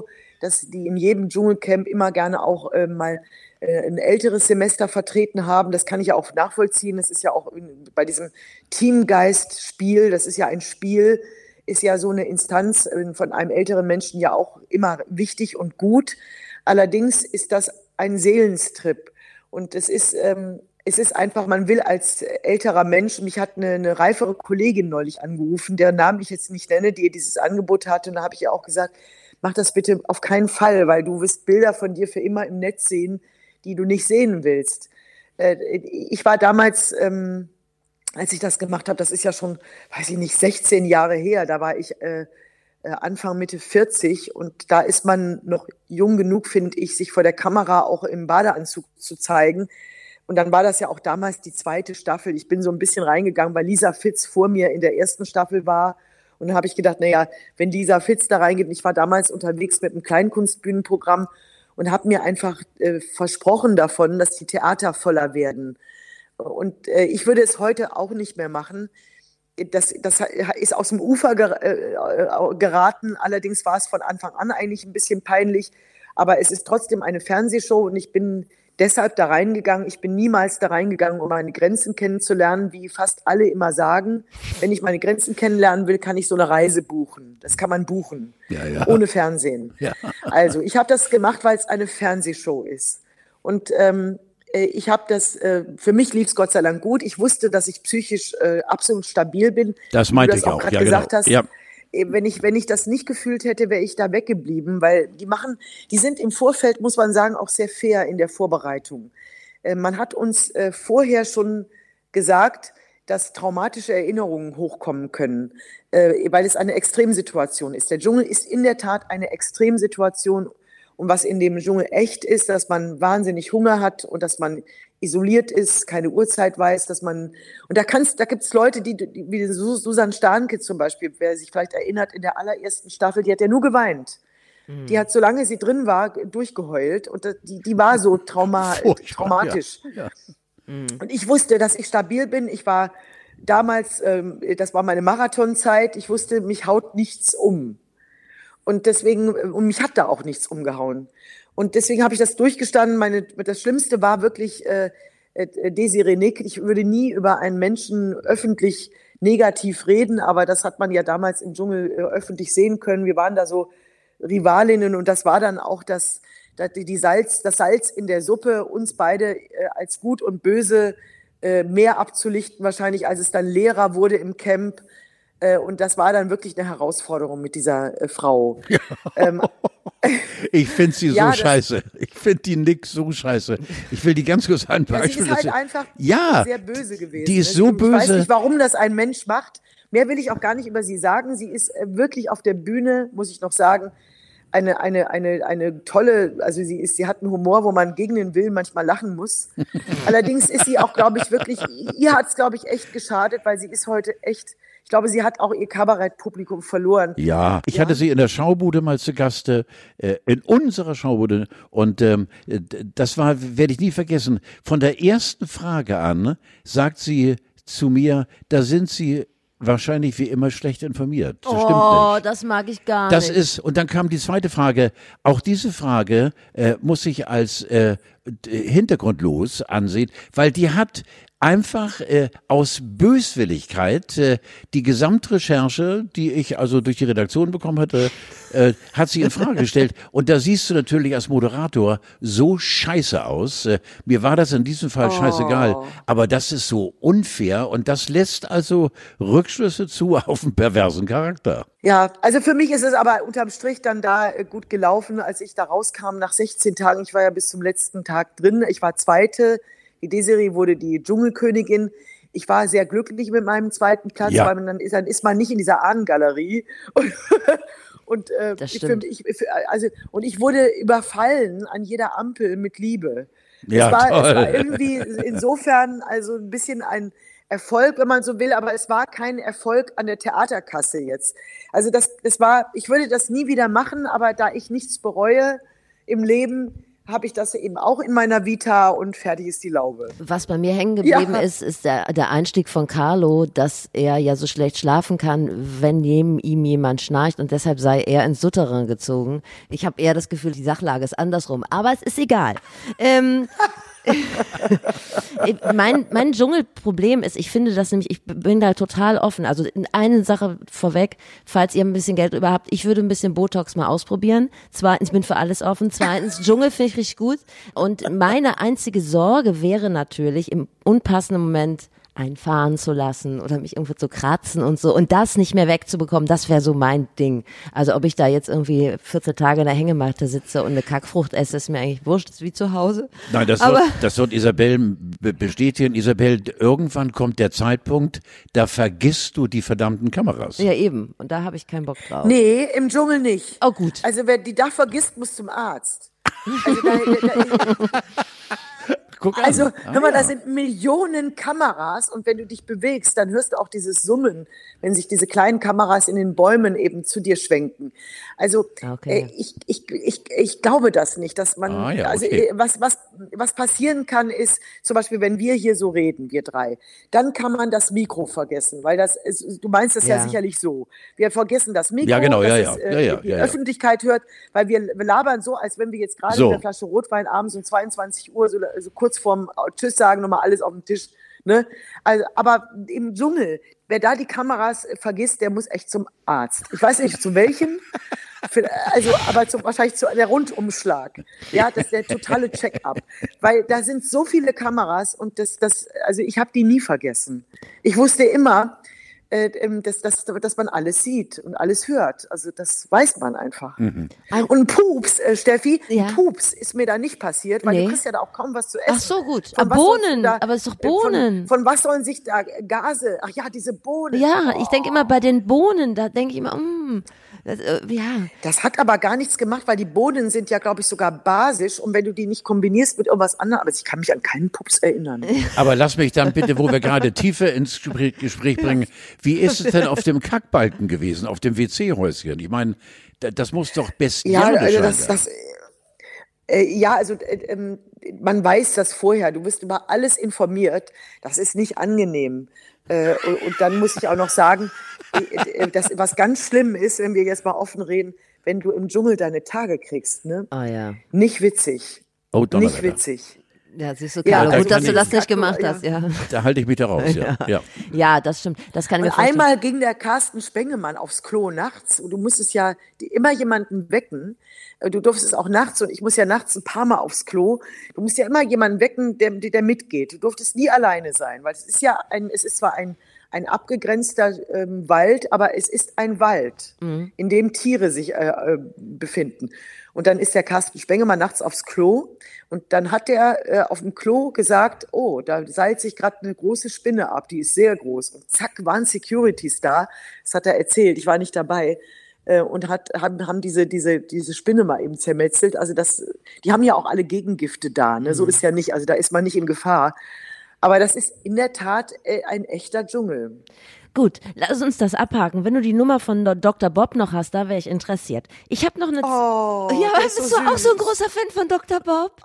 dass die in jedem Dschungelcamp immer gerne auch äh, mal äh, ein älteres Semester vertreten haben. Das kann ich ja auch nachvollziehen. Das ist ja auch in, bei diesem Teamgeist-Spiel, das ist ja ein Spiel, ist ja so eine Instanz äh, von einem älteren Menschen ja auch immer wichtig und gut. Allerdings ist das ein Seelenstrip. Und es ist, ähm, es ist einfach, man will als älterer Mensch, mich hat eine, eine reifere Kollegin neulich angerufen, deren Namen ich jetzt nicht nenne, die ihr dieses Angebot hatte. Und da habe ich ihr auch gesagt, mach das bitte auf keinen Fall, weil du wirst Bilder von dir für immer im Netz sehen, die du nicht sehen willst. Äh, ich war damals, ähm, als ich das gemacht habe, das ist ja schon, weiß ich nicht, sechzehn Jahre her, da war ich äh, Anfang, Mitte vierzig und da ist man noch jung genug, finde ich, sich vor der Kamera auch im Badeanzug zu zeigen. Und dann war das ja auch damals die zweite Staffel. Ich bin so ein bisschen reingegangen, weil Lisa Fitz vor mir in der ersten Staffel war. Und dann habe ich gedacht, naja, wenn Lisa Fitz da reingeht, ich war damals unterwegs mit einem Kleinkunstbühnenprogramm und habe mir einfach äh, versprochen davon, dass die Theater voller werden. Und äh, ich würde es heute auch nicht mehr machen. Das, das ist aus dem Ufer geraten, allerdings war es von Anfang an eigentlich ein bisschen peinlich, aber es ist trotzdem eine Fernsehshow und ich bin deshalb da reingegangen. Ich bin niemals da reingegangen, um meine Grenzen kennenzulernen, wie fast alle immer sagen. Wenn ich meine Grenzen kennenlernen will, kann ich so eine Reise buchen. Das kann man buchen, ja, ja. Ohne Fernsehen. Ja. Also ich habe das gemacht, weil es eine Fernsehshow ist. Und ähm, ich habe das, äh, für mich lief es Gott sei Dank gut. Ich wusste, dass ich psychisch äh, absolut stabil bin. Das meinte ich auch, auch ja, gesagt genau. Hast. Ja. Wenn ich, wenn ich das nicht gefühlt hätte, wäre ich da weggeblieben, weil die machen, die sind im Vorfeld, muss man sagen, auch sehr fair in der Vorbereitung. Äh, man hat uns äh, vorher schon gesagt, dass traumatische Erinnerungen hochkommen können, äh, weil es eine Extremsituation ist. Der Dschungel ist in der Tat eine Extremsituation. Und was in dem Dschungel echt ist, dass man wahnsinnig Hunger hat und dass man isoliert ist, keine Uhrzeit weiß, dass man, und da kannst, da gibt's Leute, die, die wie Susan Starnke zum Beispiel, wer sich vielleicht erinnert, in der allerersten Staffel, die hat ja nur geweint. Mhm. Die hat, solange sie drin war, durchgeheult und die, die war so trauma, traumatisch. Ja. Ja. Mhm. Und ich wusste, dass ich stabil bin. Ich war damals, ähm, das war meine Marathonzeit, ich wusste, mich haut nichts um. Und deswegen, und mich hat da auch nichts umgehauen. Und deswegen habe ich das durchgestanden. Meine, das Schlimmste war wirklich äh, äh, Desiree Nick. Ich würde nie über einen Menschen öffentlich negativ reden, aber das hat man ja damals im Dschungel äh, öffentlich sehen können. Wir waren da so Rivalinnen und das war dann auch das, das, die Salz, das Salz in der Suppe, uns beide äh, als gut und böse äh, mehr abzulichten wahrscheinlich, als es dann Lehrer wurde im Camp. Und das war dann wirklich eine Herausforderung mit dieser äh, Frau. Ja. Ähm, ich finde sie so ja, scheiße. Ich finde die Nick so scheiße. Ich will die ganz kurz ein Beispiel. Ja, sie ist halt einfach ja, sehr böse gewesen. Die ist so ich böse. Ich weiß nicht, warum das ein Mensch macht. Mehr will ich auch gar nicht über sie sagen. Sie ist wirklich auf der Bühne, muss ich noch sagen, eine, eine, eine, eine tolle, also sie ist, sie hat einen Humor, wo man gegen den Willen manchmal lachen muss. Allerdings ist sie auch, glaube ich, wirklich, ihr hat es, glaube ich, echt geschadet, weil sie ist heute echt, ich glaube, sie hat auch ihr Kabarettpublikum verloren. Ja, ich ja? hatte sie in der Schaubude mal zu Gaste, äh, in unserer Schaubude. Und ähm, das war, werde ich nie vergessen, von der ersten Frage an sagt sie zu mir, da sind Sie wahrscheinlich wie immer schlecht informiert. Das oh, stimmt nicht. Das mag ich gar das nicht. Das ist, und dann kam die zweite Frage. Auch diese Frage äh, muss ich als äh, hintergrundlos ansehen, weil die hat einfach äh, aus Böswilligkeit äh, die Gesamtrecherche, die ich also durch die Redaktion bekommen hatte, äh, hat sie in Frage gestellt. Und da siehst du natürlich als Moderator so scheiße aus. Äh, mir war das in diesem Fall oh. scheißegal. Aber das ist so unfair und das lässt also Rückschlüsse zu auf einen perversen Charakter. Ja, also für mich ist es aber unterm Strich dann da gut gelaufen, als ich da rauskam nach sechzehn Tagen. Ich war ja bis zum letzten Tag drin. Ich war Zweite. Die Desiree wurde die Dschungelkönigin. Ich war sehr glücklich mit meinem zweiten Platz, ja. weil man dann ist, dann ist man nicht in dieser Ahnengalerie. Und, und, äh, das ich, stimmt. ich, also, und ich wurde überfallen an jeder Ampel mit Liebe. Ja, es, war, toll. es war irgendwie insofern also ein bisschen ein Erfolg, wenn man so will, aber es war kein Erfolg an der Theaterkasse jetzt. Also das, das war, ich würde das nie wieder machen, aber da ich nichts bereue im Leben, habe ich das eben auch in meiner Vita und fertig ist die Laube. Was bei mir hängen geblieben Ja. ist, ist der, der Einstieg von Carlo, dass er ja so schlecht schlafen kann, wenn neben ihm jemand schnarcht und deshalb sei er ins Souterrain gezogen. Ich habe eher das Gefühl, die Sachlage ist andersrum, aber es ist egal. Ähm, mein, mein Dschungelproblem ist, ich finde das nämlich, ich bin da total offen. Also eine Sache vorweg, falls ihr ein bisschen Geld über habt, ich würde ein bisschen Botox mal ausprobieren. Zweitens, ich bin für alles offen. Zweitens, Dschungel finde ich richtig gut. Und meine einzige Sorge wäre natürlich, im unpassenden Moment einfahren zu lassen oder mich irgendwo zu kratzen und so und das nicht mehr wegzubekommen, das wäre so mein Ding. Also ob ich da jetzt irgendwie vierzehn Tage in der Hängematte sitze und eine Kackfrucht esse, ist mir eigentlich wurscht, ist wie zu Hause. Nein, das Aber wird, das wird Isabel be- bestätigen. Isabel, irgendwann kommt der Zeitpunkt, da vergisst du die verdammten Kameras. ja eben, und da habe ich keinen Bock drauf. Nee, im Dschungel nicht. Oh gut. Also wer die da vergisst, muss zum Arzt. Also, da, da, Guck an. also Ah, hör mal, ja. da sind Millionen Kameras und wenn du dich bewegst, dann hörst du auch dieses Summen, wenn sich diese kleinen Kameras in den Bäumen eben zu dir schwenken. Also Okay. äh, ich, ich, ich, ich glaube das nicht, dass man, Ah, ja, also okay. äh, was, was, was passieren kann, ist zum Beispiel, wenn wir hier so reden, wir drei, dann kann man das Mikro vergessen, weil das, ist, du meinst das ja. Ja. sicherlich so. Wir vergessen das Mikro, Ja, genau, dass ja, es, ja. äh, Ja, ja, die ja, ja. Öffentlichkeit hört, weil wir, wir labern so, als wenn wir jetzt gerade So. mit einer Flasche Rotwein abends um zweiundzwanzig Uhr so, so kurz vorm Tschüss sagen, nochmal alles auf den Tisch. Ne? Also, aber im Dschungel, wer da die Kameras äh, vergisst, der muss echt zum Arzt. Ich weiß nicht, zu welchem, für, also, aber zu, wahrscheinlich zu der Rundumschlag. Ja, das ist der totale Check-up. Weil da sind so viele Kameras und das, das, also ich habe die nie vergessen. Ich wusste immer, äh, ähm, dass, dass, dass man alles sieht und alles hört. Also das weiß man einfach. Mhm. Und Pups, äh, Steffi, Ja. Pups ist mir da nicht passiert, weil Nee. du kriegst ja da auch kaum was zu essen. Ach so, gut. Von Ah, was sollst Bohnen, du da- aber es ist doch äh, Bohnen. Von, von was sollen sich da Gase, ach ja, diese Bohnen. Ja, Oh. ich denke immer bei den Bohnen, da denke ich immer, mm, das, äh, ja. Das hat aber gar nichts gemacht, weil die Bohnen sind ja, glaube ich, sogar basisch. Und wenn du die nicht kombinierst mit irgendwas anderem, aber ich kann mich an keinen Pups erinnern. Aber lass mich dann bitte, wo wir gerade tiefer ins Gespräch, Gespräch bringen, wie ist es denn auf dem Kackbalken gewesen, auf dem W C-Häuschen? Ich meine, da- das muss doch Ja, bestialisch also sein. das, das, äh, ja, also äh, ähm, man weiß das vorher. Du wirst über alles informiert. Das ist nicht angenehm. Äh, und, und dann muss ich auch noch sagen, äh, äh, das, was ganz schlimm ist, wenn wir jetzt mal offen reden, wenn du im Dschungel deine Tage kriegst, ne? Oh ja. Nicht witzig. Oh, Nicht Donnerwetter. witzig. Ja, siehst du, Ja, Carlo, da gut, kann dass du ich- das nicht gemacht Ja. hast, ja. Da halte ich mich da raus, ja. ja. Ja, das stimmt. Das kann ich mir Und vorstellen. einmal ging der Carsten Spengemann aufs Klo nachts und du musstest ja die, immer jemanden wecken. Du durftest auch nachts, und ich muss ja nachts ein paar Mal aufs Klo, du musst ja immer jemanden wecken, der, der mitgeht. Du durftest nie alleine sein, weil es ist ja ein, es ist zwar ein, ein abgegrenzter ähm, Wald, aber es ist ein Wald, in dem Tiere sich äh, äh, befinden. Und dann ist der Carsten Spengemann nachts aufs Klo und dann hat der äh, auf dem Klo gesagt, oh, da seilt sich gerade eine große Spinne ab, die ist sehr groß. Und zack, waren Securities da. Das hat er erzählt, ich war nicht dabei. Äh, und hat, haben, haben diese, diese, diese Spinne mal eben zermetzelt. Also das, die haben ja auch alle Gegengifte da, ne? So ist ja nicht, also da ist man nicht in Gefahr. Aber das ist in der Tat äh, ein echter Dschungel. Gut, lass uns das abhaken. Wenn du die Nummer von Do- Doktor Bob noch hast, da wäre ich interessiert. Ich habe noch eine... Oh, ja, der bist ist du so auch so ein süß. großer Fan von Doktor Bob?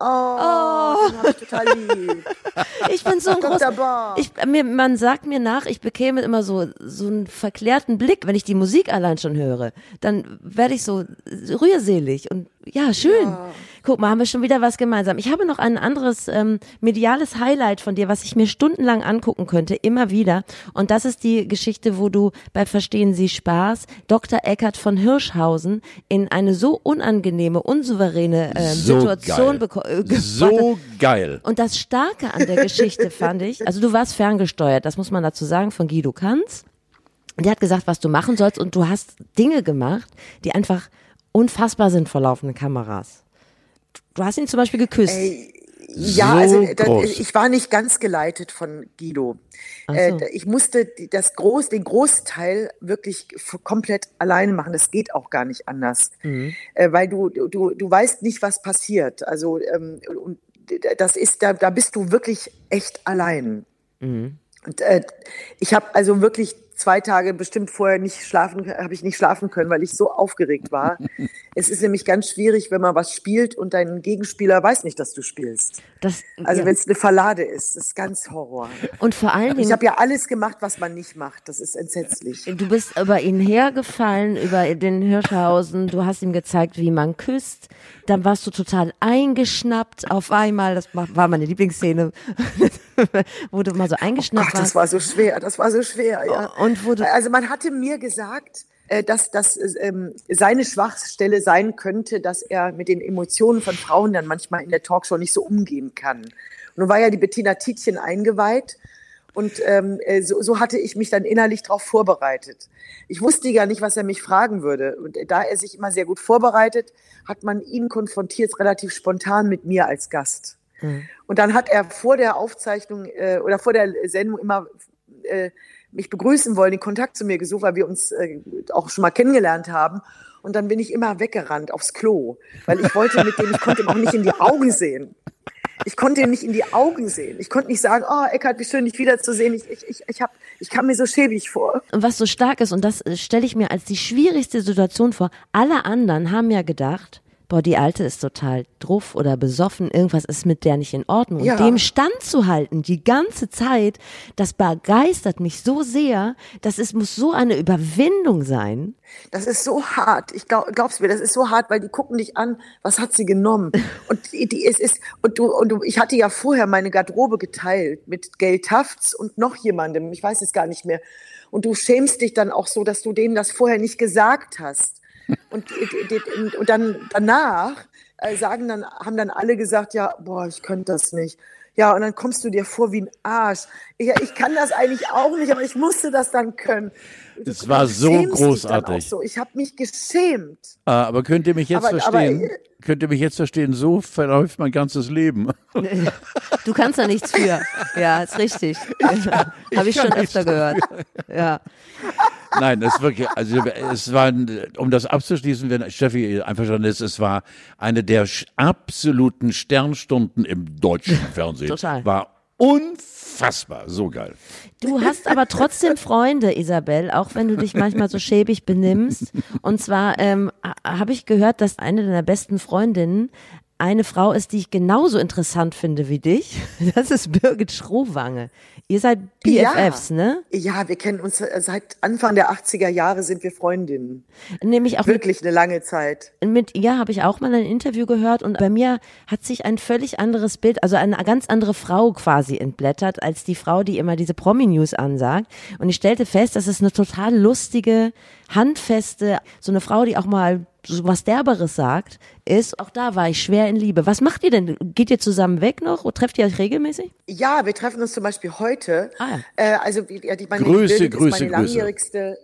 Oh, den hab ich total lieb. Ich bin so ein Doktor großer... Bob. Ich, mir, man sagt mir nach, ich bekäme immer so, so einen verklärten Blick, wenn ich die Musik allein schon höre. Dann werde ich so rührselig und ja, schön. Ja. Guck mal, haben wir schon wieder was gemeinsam. Ich habe noch ein anderes ähm, mediales Highlight von dir, was ich mir stundenlang angucken könnte, immer wieder. Und das ist die Geschichte, wo du bei Verstehen Sie Spaß Doktor Eckert von Hirschhausen in eine so unangenehme, unsouveräne ähm, So Situation geil. beko- äh, gebracht So hast. geil. Und das Starke an der Geschichte fand ich, also du warst ferngesteuert, das muss man dazu sagen, von Guido Kanz. Der hat gesagt, was du machen sollst, und du hast Dinge gemacht, die einfach unfassbar sind vor laufenden Kameras. Du hast ihn zum Beispiel geküsst. Ey, ja, So also da, groß. ich war nicht ganz geleitet von Guido. Ach so. Äh, ich musste die- das Groß, den Großteil wirklich f- komplett alleine machen. Das geht auch gar nicht anders, Mhm. äh, weil du, du, du weißt nicht, was passiert. Also ähm, und das ist, da, da bist du wirklich echt allein. Mhm. Und äh, ich habe also wirklich zwei Tage bestimmt vorher nicht schlafen, habe ich nicht schlafen können, weil ich so aufgeregt war. Es ist nämlich ganz schwierig, wenn man was spielt und dein Gegenspieler weiß nicht, dass du spielst. Das, also ja. Wenn es eine Verlade ist, das ist ganz Horror. Und vor allen Dingen, ich habe ja alles gemacht, was man nicht macht. Das ist entsetzlich. Du bist über ihn hergefallen, über den Hirschhausen. Du hast ihm gezeigt, wie man küsst. Dann warst du total eingeschnappt auf einmal. Das war meine Lieblingsszene, wo du mal so eingeschnappt oh Gott, warst. Das war so schwer, das war so schwer, ja. Und wo du also man hatte mir gesagt, dass das ähm, seine Schwachstelle sein könnte, dass er mit den Emotionen von Frauen dann manchmal in der Talkshow nicht so umgehen kann. Und nun war ja die Bettina Tietjen eingeweiht und ähm, so, so hatte ich mich dann innerlich darauf vorbereitet. Ich wusste ja nicht, was er mich fragen würde. Und da er sich immer sehr gut vorbereitet, hat man ihn konfrontiert relativ spontan mit mir als Gast. Mhm. Und dann hat er vor der Aufzeichnung äh, oder vor der Sendung immer äh, mich begrüßen wollen, den Kontakt zu mir gesucht, weil wir uns äh, auch schon mal kennengelernt haben. Und dann bin ich immer weggerannt aufs Klo, weil ich wollte mit dem, ich konnte ihm auch nicht in die Augen sehen. Ich konnte ihm nicht in die Augen sehen. Ich konnte nicht sagen, oh, Eckhard, wie schön, dich wiederzusehen. Ich, ich, ich, ich, hab, ich kam mir so schäbig vor. Und was so stark ist, und das stelle ich mir als die schwierigste Situation vor, alle anderen haben ja gedacht, boah, die Alte ist total druff oder besoffen, irgendwas ist mit der nicht in Ordnung. Und ja. dem standzuhalten die ganze Zeit, das begeistert mich so sehr, das ist, muss so eine Überwindung sein. Das ist so hart, ich glaub, glaub's mir, das ist so hart, weil die gucken dich an, was hat sie genommen? Und die, die es ist, und du, und du, ich hatte ja vorher meine Garderobe geteilt mit Gail Tafts und noch jemandem, ich weiß es gar nicht mehr. Und du schämst dich dann auch so, dass du denen das vorher nicht gesagt hast. Und, und, und dann danach äh, sagen dann, haben dann alle gesagt, ja, boah, ich könnte das nicht. Ja, und dann kommst du dir vor wie ein Arsch. Ich, ich kann das eigentlich auch nicht, aber ich musste das dann können. Es war so großartig. So. Ich habe mich geschämt. Ah, aber könnt ihr mich jetzt aber, verstehen? Aber, könnt ihr mich jetzt verstehen? So verläuft mein ganzes Leben. Du kannst da nichts für. Ja, ist richtig. Habe ich schon öfter gehört. Ja. Nein, das ist wirklich, also es war, um das abzuschließen, wenn Steffi einverstanden ist, es war eine der absoluten Sternstunden im deutschen Fernsehen. Total. War unfassbar, so geil. Du hast aber trotzdem Freunde, Isabel, auch wenn du dich manchmal so schäbig benimmst. Und zwar ähm, habe ich gehört, dass eine deiner besten Freundinnen eine Frau ist, die ich genauso interessant finde wie dich. Das ist Birgit Schrowange. Ihr seid B F Fs, ja. ne? Ja, wir kennen uns seit Anfang der achtziger Jahre, sind wir Freundinnen. Nämlich auch wirklich mit, eine lange Zeit. Mit ihr habe ich auch mal ein Interview gehört und bei mir hat sich ein völlig anderes Bild, also eine ganz andere Frau quasi entblättert, als die Frau, die immer diese Promi-News ansagt. Und ich stellte fest, das ist eine total lustige, handfeste, so eine Frau, die auch mal so was Derberes sagt, ist, auch da war ich schwer in Liebe. Was macht ihr denn? Geht ihr zusammen weg noch? Oder trefft ihr euch regelmäßig? Ja, wir treffen uns zum Beispiel heute. Ah, ja. äh, also ja, die, meine Grüße, Birgit Grüße, ist meine langjährigste. Grüße.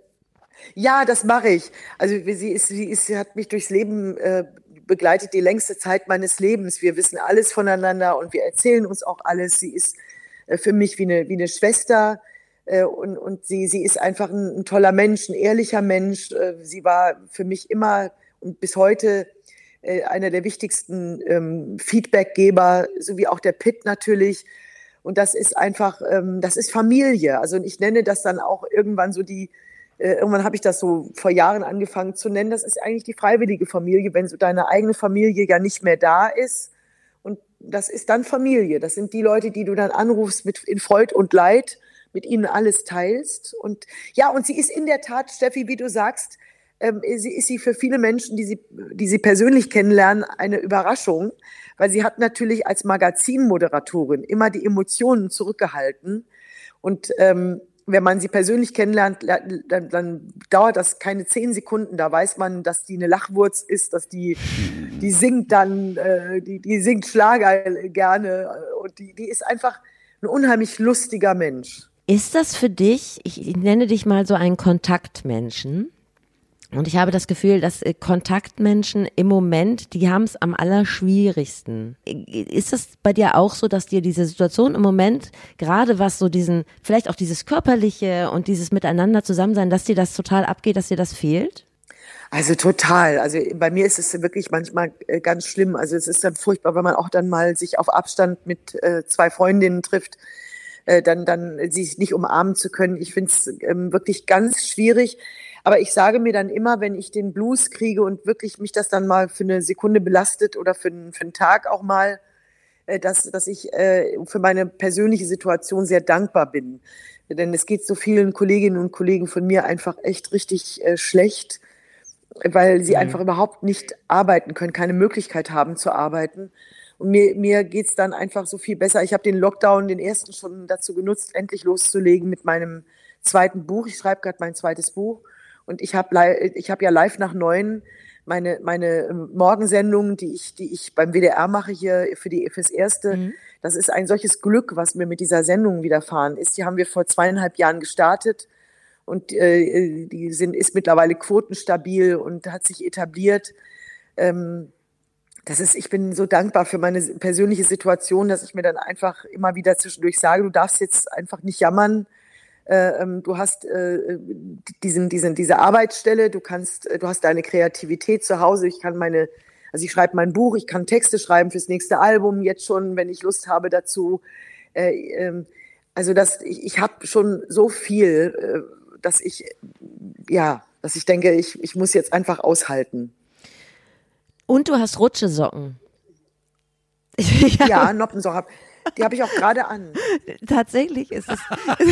Ja, das mache ich. Also sie ist, sie ist, sie hat mich durchs Leben äh, begleitet, die längste Zeit meines Lebens. Wir wissen alles voneinander und wir erzählen uns auch alles. Sie ist äh, für mich wie eine, wie eine Schwester. Äh, und und sie, sie ist einfach ein, ein toller Mensch, ein ehrlicher Mensch. Äh, sie war für mich immer und bis heute äh, einer der wichtigsten ähm, Feedbackgeber, sowie auch der Pitt natürlich. Und das ist einfach, ähm, das ist Familie. Also ich nenne das dann auch irgendwann so die, äh, irgendwann habe ich das so vor Jahren angefangen zu nennen, das ist eigentlich die freiwillige Familie, wenn so deine eigene Familie ja nicht mehr da ist. Und das ist dann Familie. Das sind die Leute, die du dann anrufst mit in Freud und Leid, mit ihnen alles teilst. Und ja, und sie ist in der Tat, Steffi, wie du sagst, ähm, sie ist sie für viele Menschen, die sie, die sie persönlich kennenlernen, eine Überraschung, weil sie hat natürlich als Magazinmoderatorin immer die Emotionen zurückgehalten. Und ähm, wenn man sie persönlich kennenlernt, dann, dann dauert das keine zehn Sekunden. Da weiß man, dass die eine Lachwurz ist, dass die, die singt dann, äh, die, die singt Schlager gerne. Und die, die ist einfach ein unheimlich lustiger Mensch. Ist das für dich, ich nenne dich mal so einen Kontaktmenschen, und ich habe das Gefühl, dass Kontaktmenschen im Moment, die haben es am allerschwierigsten. Ist das bei dir auch so, dass dir diese Situation im Moment, gerade was so diesen, vielleicht auch dieses Körperliche und dieses Miteinander zusammensein, dass dir das total abgeht, dass dir das fehlt? Also total. Also bei mir ist es wirklich manchmal ganz schlimm. Also es ist dann furchtbar, wenn man auch dann mal sich auf Abstand mit äh, zwei Freundinnen trifft. äh, dann, dann sich nicht umarmen zu können. Ich finde es ähm, wirklich ganz schwierig. Aber ich sage mir dann immer, wenn ich den Blues kriege und wirklich mich das dann mal für eine Sekunde belastet oder für, für einen Tag auch mal, äh, dass, dass ich äh, für meine persönliche Situation sehr dankbar bin. Denn es geht so vielen Kolleginnen und Kollegen von mir einfach echt richtig äh, schlecht, weil sie mhm. einfach überhaupt nicht arbeiten können, keine Möglichkeit haben zu arbeiten. Und mir, mir geht's dann einfach so viel besser. Ich habe den Lockdown, den ersten, schon dazu genutzt, endlich loszulegen mit meinem zweiten Buch. Ich schreibe gerade mein zweites Buch. Und ich habe ich hab ja live nach neun meine, meine Morgensendungen, die ich, die ich beim W D R mache hier für die, fürs Erste. Mhm. Das ist ein solches Glück, was mir mit dieser Sendung widerfahren ist. Die haben wir vor zweieinhalb Jahren gestartet und äh, die sind, ist mittlerweile quotenstabil und hat sich etabliert. Ähm, das ist, ich bin so dankbar für meine persönliche Situation, dass ich mir dann einfach immer wieder zwischendurch sage, du darfst jetzt einfach nicht jammern. Äh, du hast äh, diesen, diesen, diese Arbeitsstelle, du kannst, du hast deine Kreativität zu Hause. Ich kann meine, also ich schreibe mein Buch, ich kann Texte schreiben fürs nächste Album jetzt schon, wenn ich Lust habe dazu. Äh, äh, also das, ich, ich habe schon so viel, äh, dass ich, ja, dass ich denke, ich, ich muss jetzt einfach aushalten. Und du hast Rutschesocken. ja, ja Noppensocken. Die habe ich auch gerade an. Tatsächlich ist es.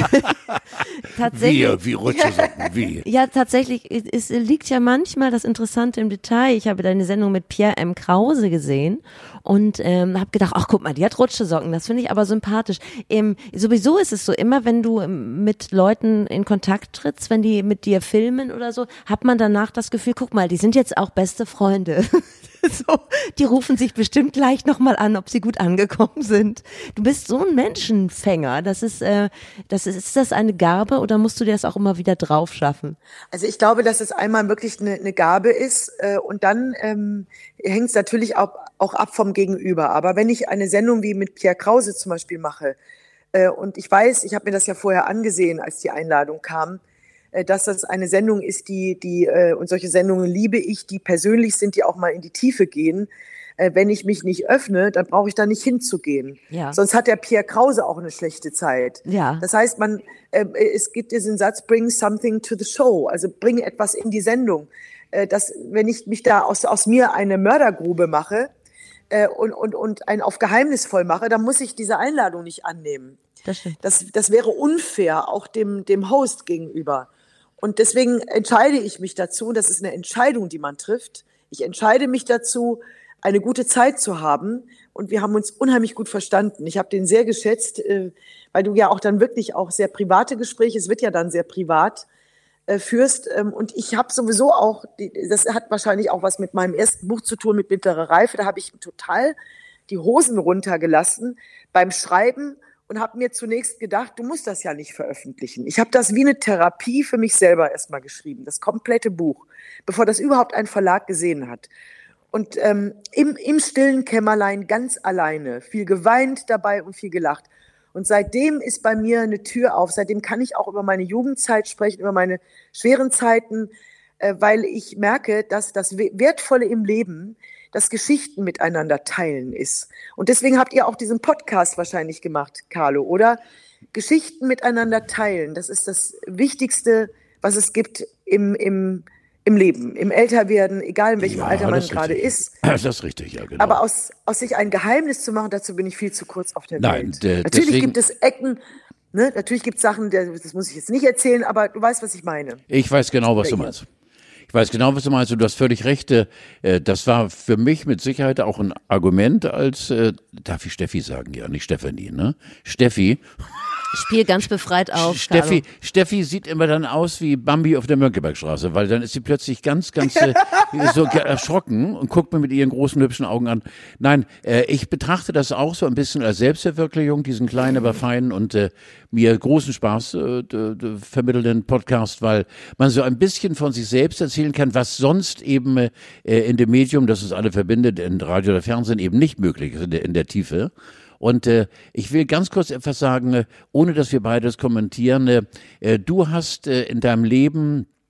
tatsächlich, wie, wie Rutschesocken, wie? Ja, tatsächlich, es liegt ja manchmal das Interessante im Detail. Ich habe deine Sendung mit Pierre M. Krause gesehen und ähm, habe gedacht, ach guck mal, die hat Rutschesocken, das finde ich aber sympathisch. Ähm, sowieso ist es so, immer wenn du mit Leuten in Kontakt trittst, wenn die mit dir filmen oder so, hat man danach das Gefühl, guck mal, die sind jetzt auch beste Freunde. So, die rufen sich bestimmt gleich nochmal an, ob sie gut angekommen sind. Du bist so ein Menschenfänger. Das ist, äh, das ist, ist das eine Gabe oder musst du dir das auch immer wieder drauf schaffen? Also ich glaube, dass es einmal wirklich eine, eine Gabe ist äh, und dann ähm, hängt es natürlich auch, auch ab vom Gegenüber. Aber wenn ich eine Sendung wie mit Pierre Krause zum Beispiel mache äh, und ich weiß, ich habe mir das ja vorher angesehen, als die Einladung kam, dass das eine Sendung ist, die, die, äh, und solche Sendungen liebe ich, die persönlich sind, die auch mal in die Tiefe gehen. Äh, wenn ich mich nicht öffne, dann brauche ich da nicht hinzugehen. Ja. Sonst hat der Pierre Krause auch eine schlechte Zeit. Ja. Das heißt, man, äh, es gibt diesen Satz, bring something to the show, also bring etwas in die Sendung. Äh, dass, wenn ich mich da aus, aus mir eine Mördergrube mache, äh, und, und, und einen auf geheimnisvoll mache, dann muss ich diese Einladung nicht annehmen. Das stimmt. Das, das wäre unfair, auch dem, dem Host gegenüber. Und deswegen entscheide ich mich dazu, das ist eine Entscheidung, die man trifft. Ich entscheide mich dazu, eine gute Zeit zu haben. Und wir haben uns unheimlich gut verstanden. Ich habe den sehr geschätzt, weil du ja auch dann wirklich auch sehr private Gespräche, es wird ja dann sehr privat, führst. Und ich habe sowieso auch, das hat wahrscheinlich auch was mit meinem ersten Buch zu tun, mit Mittlere Reife. Da habe ich total die Hosen runtergelassen beim Schreiben. Und habe mir zunächst gedacht, du musst das ja nicht veröffentlichen. Ich habe das wie eine Therapie für mich selber erstmal geschrieben, das komplette Buch, bevor das überhaupt ein Verlag gesehen hat. Und ähm, im, im stillen Kämmerlein ganz alleine, viel geweint dabei und viel gelacht. Und seitdem ist bei mir eine Tür auf, seitdem kann ich auch über meine Jugendzeit sprechen, über meine schweren Zeiten, äh, weil ich merke, dass das Wertvolle im Leben das Geschichten miteinander teilen ist. Und deswegen habt ihr auch diesen Podcast wahrscheinlich gemacht, Carlo, oder? Geschichten miteinander teilen, das ist das Wichtigste, was es gibt im, im, im Leben, im Älterwerden, egal in welchem ja, Alter man gerade ist. Das ist richtig, ja, genau. Aber aus, aus sich ein Geheimnis zu machen, dazu bin ich viel zu kurz auf der Nein, Welt. De, Natürlich deswegen, gibt es Ecken, ne? Natürlich gibt es Sachen, das muss ich jetzt nicht erzählen, aber du weißt, was ich meine. Ich weiß genau, was du meinst. Ich weiß genau, was du meinst, und du hast völlig recht. Äh, das war für mich mit Sicherheit auch ein Argument als, äh, darf ich Steffi sagen? Ja, nicht Stefanie, ne? Steffi. Ich spiele ganz befreit auf. Steffi, Steffi sieht immer dann aus wie Bambi auf der Mönckebergstraße, weil dann ist sie plötzlich ganz, ganz äh, so erschrocken und guckt mir mit ihren großen, hübschen Augen an. Nein, äh, ich betrachte das auch so ein bisschen als Selbstverwirklichung, diesen kleinen, aber feinen und äh, mir großen Spaß äh, d- d- vermittelnden Podcast, weil man so ein bisschen von sich selbst erzählen kann, was sonst eben äh, in dem Medium, das uns alle verbindet, in Radio oder Fernsehen eben nicht möglich ist in der, in der Tiefe. Und äh, ich will ganz kurz etwas sagen, äh, ohne dass wir beides kommentieren. Äh, du hast äh, in deinem Leben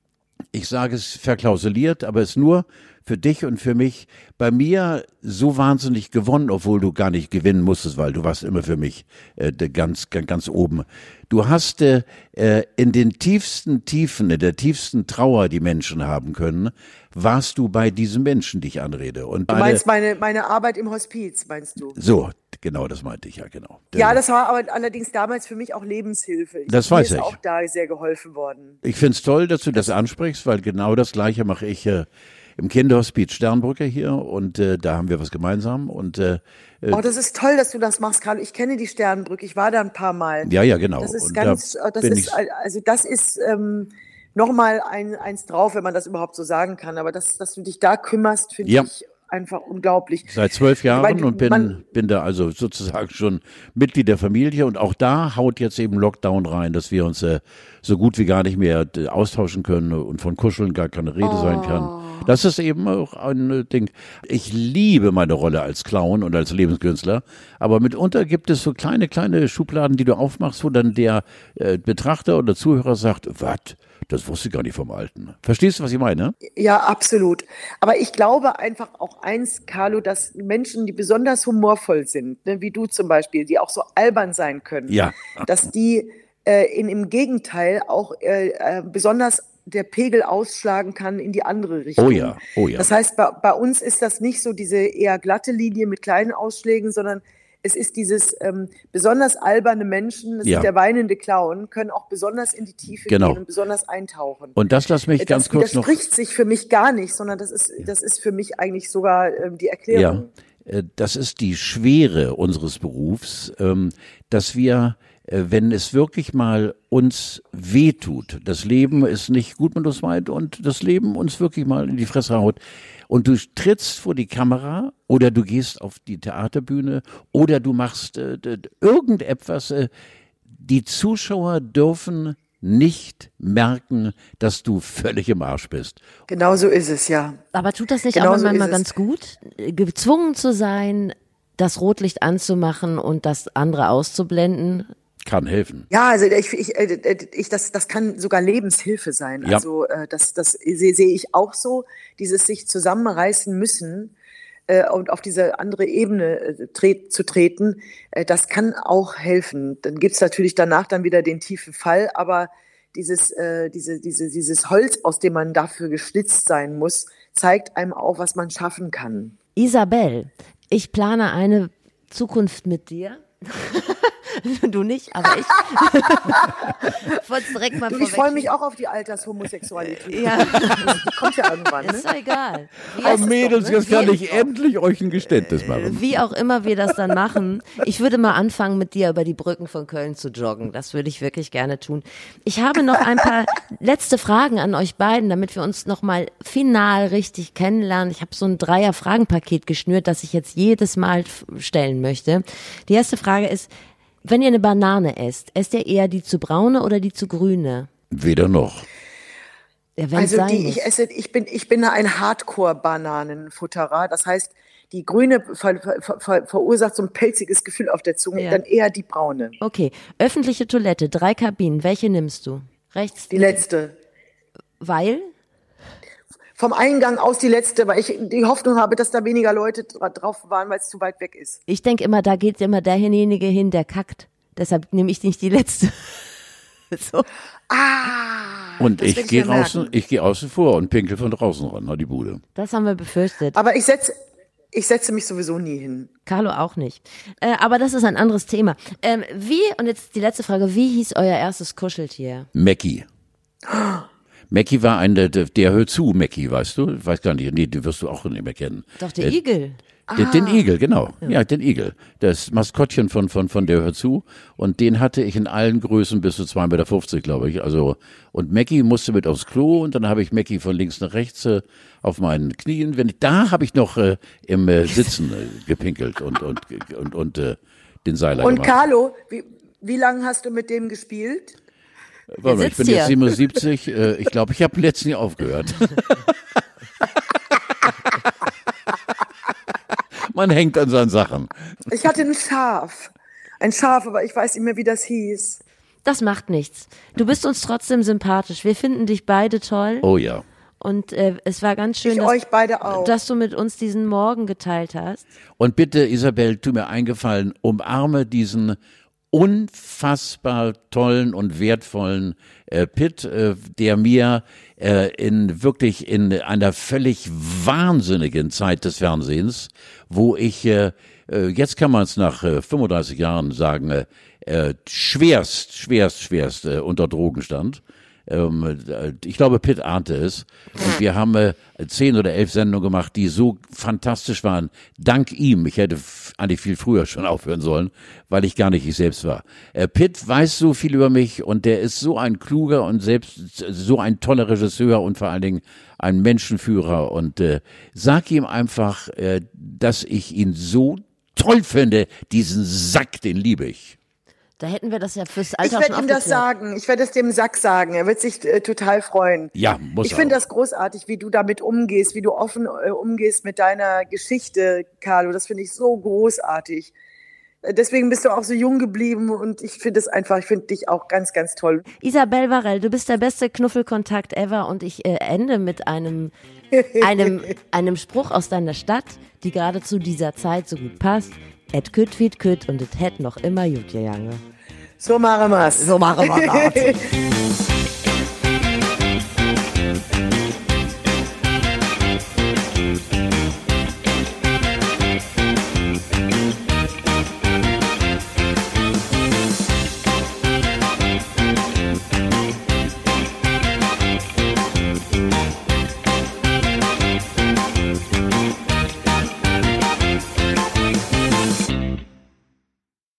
ich sage es verklausuliert, aber es ist nur für dich und für mich, bei mir so wahnsinnig gewonnen, obwohl du gar nicht gewinnen musstest, weil du warst immer für mich äh, ganz, ganz, ganz oben. Du hast äh, in den tiefsten Tiefen, in der tiefsten Trauer, die Menschen haben können, warst du bei diesen Menschen, die ich anrede. Und du meinst meine, meine Arbeit im Hospiz, meinst du? So, genau, das meinte ich, ja, genau. Ja, das war aber allerdings damals für mich auch Lebenshilfe. Ich, das weiß mir ich. ist auch da sehr geholfen worden. Ich finde es toll, dass du das ansprichst, weil genau das Gleiche mache ich äh, im Kinderhospiz Sternbrücke hier und äh, da haben wir was gemeinsam. Und, äh, oh, das ist toll, dass du das machst, Karl. Ich kenne die Sternbrücke, ich war da ein paar Mal. Ja, ja, genau. Das ist und ganz, da das ist, also das ist ähm, nochmal ein, eins drauf, wenn man das überhaupt so sagen kann. Aber dass, dass du dich da kümmerst, finde ja. ich einfach unglaublich. Seit zwölf Jahren meine, und bin, man, bin da also sozusagen schon Mitglied der Familie und auch da haut jetzt eben Lockdown rein, dass wir uns äh, so gut wie gar nicht mehr äh, austauschen können und von Kuscheln gar keine Rede oh. sein kann. Das ist eben auch ein äh, Ding. Ich liebe meine Rolle als Clown und als Lebenskünstler, aber mitunter gibt es so kleine, kleine Schubladen, die du aufmachst, wo dann der äh, Betrachter oder Zuhörer sagt, was? Das wusste ich gar nicht vom Alten. Verstehst du, was ich meine? Ja, absolut. Aber ich glaube einfach auch eins, Carlo, dass Menschen, die besonders humorvoll sind, ne, wie du zum Beispiel, die auch so albern sein können, ja. dass die äh, in, im Gegenteil auch äh, äh, besonders der Pegel ausschlagen kann in die andere Richtung. Oh ja, oh ja. Das heißt, bei, bei uns ist das nicht so diese eher glatte Linie mit kleinen Ausschlägen, sondern es ist dieses ähm, besonders alberne Menschen, es ja. ist der weinende Clown, können auch besonders in die Tiefe genau. gehen und besonders eintauchen. Und das lass mich das ganz kurz noch... Das widerspricht sich für mich gar nicht, sondern das ist, das ist für mich eigentlich sogar ähm, die Erklärung. Ja, das ist die Schwere unseres Berufs, ähm, dass wir, äh, wenn es wirklich mal uns wehtut, das Leben ist nicht gut mit uns meint und das Leben uns wirklich mal in die Fresse haut, und du trittst vor die Kamera oder du gehst auf die Theaterbühne oder du machst äh, irgendetwas. Äh, die Zuschauer dürfen nicht merken, dass du völlig im Arsch bist. Genau so ist es, ja. Aber tut das nicht genau auch so manchmal ganz gut, gezwungen zu sein, das Rotlicht anzumachen und das andere auszublenden? Kann helfen. Ja, also ich, ich, ich, das, das kann sogar Lebenshilfe sein. Ja. Also das, das sehe, sehe ich auch so, dieses sich zusammenreißen müssen äh, und auf diese andere Ebene äh, tret, zu treten, äh, das kann auch helfen. Dann gibt's natürlich danach dann wieder den tiefen Fall, aber dieses, äh, diese, diese, dieses Holz, aus dem man dafür geschnitzt sein muss, zeigt einem auch, was man schaffen kann. Isabel, ich plane eine Zukunft mit dir. Du nicht, aber ich. direkt mal du, ich freue mich auch auf die Altershomosexualität. Ja. Die kommt ja irgendwann. Ne? Ist doch egal. Oh Mädels, jetzt kann ich endlich euch ein Geständnis machen. Wie auch immer wir das dann machen. Ich würde mal anfangen, mit dir über die Brücken von Köln zu joggen. Das würde ich wirklich gerne tun. Ich habe noch ein paar letzte Fragen an euch beiden, damit wir uns noch mal final richtig kennenlernen. Ich habe so ein Dreier-Fragenpaket geschnürt, das ich jetzt jedes Mal stellen möchte. Die erste Frage ist, wenn ihr eine Banane esst, esst ihr eher die zu braune oder die zu grüne? Weder noch. Ja, also die, ich esse, ich bin, ich bin ein Hardcore-Bananenfutterer. Das heißt, die grüne ver, ver, ver, verursacht so ein pelziges Gefühl auf der Zunge, ja. Dann eher die braune. Okay, öffentliche Toilette, drei Kabinen, welche nimmst du? Rechts? Die letzte. Weil? Vom Eingang aus die letzte, weil ich die Hoffnung habe, dass da weniger Leute drauf waren, weil es zu weit weg ist. Ich denke immer, da geht immer derjenige hin, der kackt. Deshalb nehme ich nicht die letzte. So. Ah, und ich gehe außen, ich gehe außen vor und pinkel von draußen ran, na die Bude. Das haben wir befürchtet. Aber ich setze, ich setze mich sowieso nie hin. Carlo auch nicht. Äh, aber das ist ein anderes Thema. Ähm, wie, und jetzt die letzte Frage, wie hieß euer erstes Kuscheltier? Mackie. Mackie war ein, der, der hört zu, Mackie, weißt du? Ich weiß gar nicht, nee, die wirst du auch nicht mehr kennen. Doch, der äh, Igel. Den, den Igel, genau. Ja. ja, den Igel. Das Maskottchen von, von, von der hört zu. Und den hatte ich in allen Größen bis zu zwei Meter fünfzig, glaube ich. Also, und Mackie musste mit aufs Klo und dann habe ich Mackie von links nach rechts äh, auf meinen Knien. Wenn ich, da habe ich noch äh, im äh, Sitzen äh, gepinkelt und, und, und, und äh, den Seiler und gemacht. Und Carlo, wie, wie lange hast du mit dem gespielt? Warte mal, ich bin hier. Jetzt siebenundsiebzig. Äh, ich glaube, ich habe letztens Jahr aufgehört. Man hängt an seinen Sachen. Ich hatte ein Schaf. Ein Schaf, aber ich weiß nicht mehr, wie das hieß. Das macht nichts. Du bist uns trotzdem sympathisch. Wir finden dich beide toll. Oh ja. Und äh, es war ganz schön, Ich dass, euch beide auch. dass du mit uns diesen Morgen geteilt hast. Und bitte, Isabel, tu mir einen Gefallen, umarme diesen unfassbar tollen und wertvollen äh, Pitt, äh, der mir äh, in wirklich in einer völlig wahnsinnigen Zeit des Fernsehens, wo ich, äh, äh, jetzt kann man es nach äh, fünfunddreißig Jahren sagen, äh, äh, schwerst, schwerst, schwerst äh, unter Drogen stand. Ähm, ich glaube, Pitt ahnte es. Und wir haben äh, zehn oder elf Sendungen gemacht, die so fantastisch waren. Dank ihm. Ich hätte f- eigentlich viel früher schon aufhören sollen, weil ich gar nicht ich selbst war. Äh, Pitt weiß so viel über mich und der ist so ein kluger und selbst so ein toller Regisseur und vor allen Dingen ein Menschenführer. Und äh, sag ihm einfach, äh, dass ich ihn so toll finde. Diesen Sack, den liebe ich. Da hätten wir das ja fürs Ich Alter werde schon ihm das aufgeklärt. sagen. Ich werde es dem Sack sagen. Er wird sich äh, total freuen. Ja, muss Ich er finde auch. das großartig, wie du damit umgehst, wie du offen äh, umgehst mit deiner Geschichte, Carlo. Das finde ich so großartig. Äh, Deswegen bist du auch so jung geblieben und ich finde es einfach, ich finde dich auch ganz, ganz toll. Isabel Varell, du bist der beste Knuffelkontakt ever und ich äh, ende mit einem, einem, einem Spruch aus deiner Stadt, die gerade zu dieser Zeit so gut passt. Et kütt wie kütt und et hätt noch immer gut gegangen. So machen wir's. So machen wir das.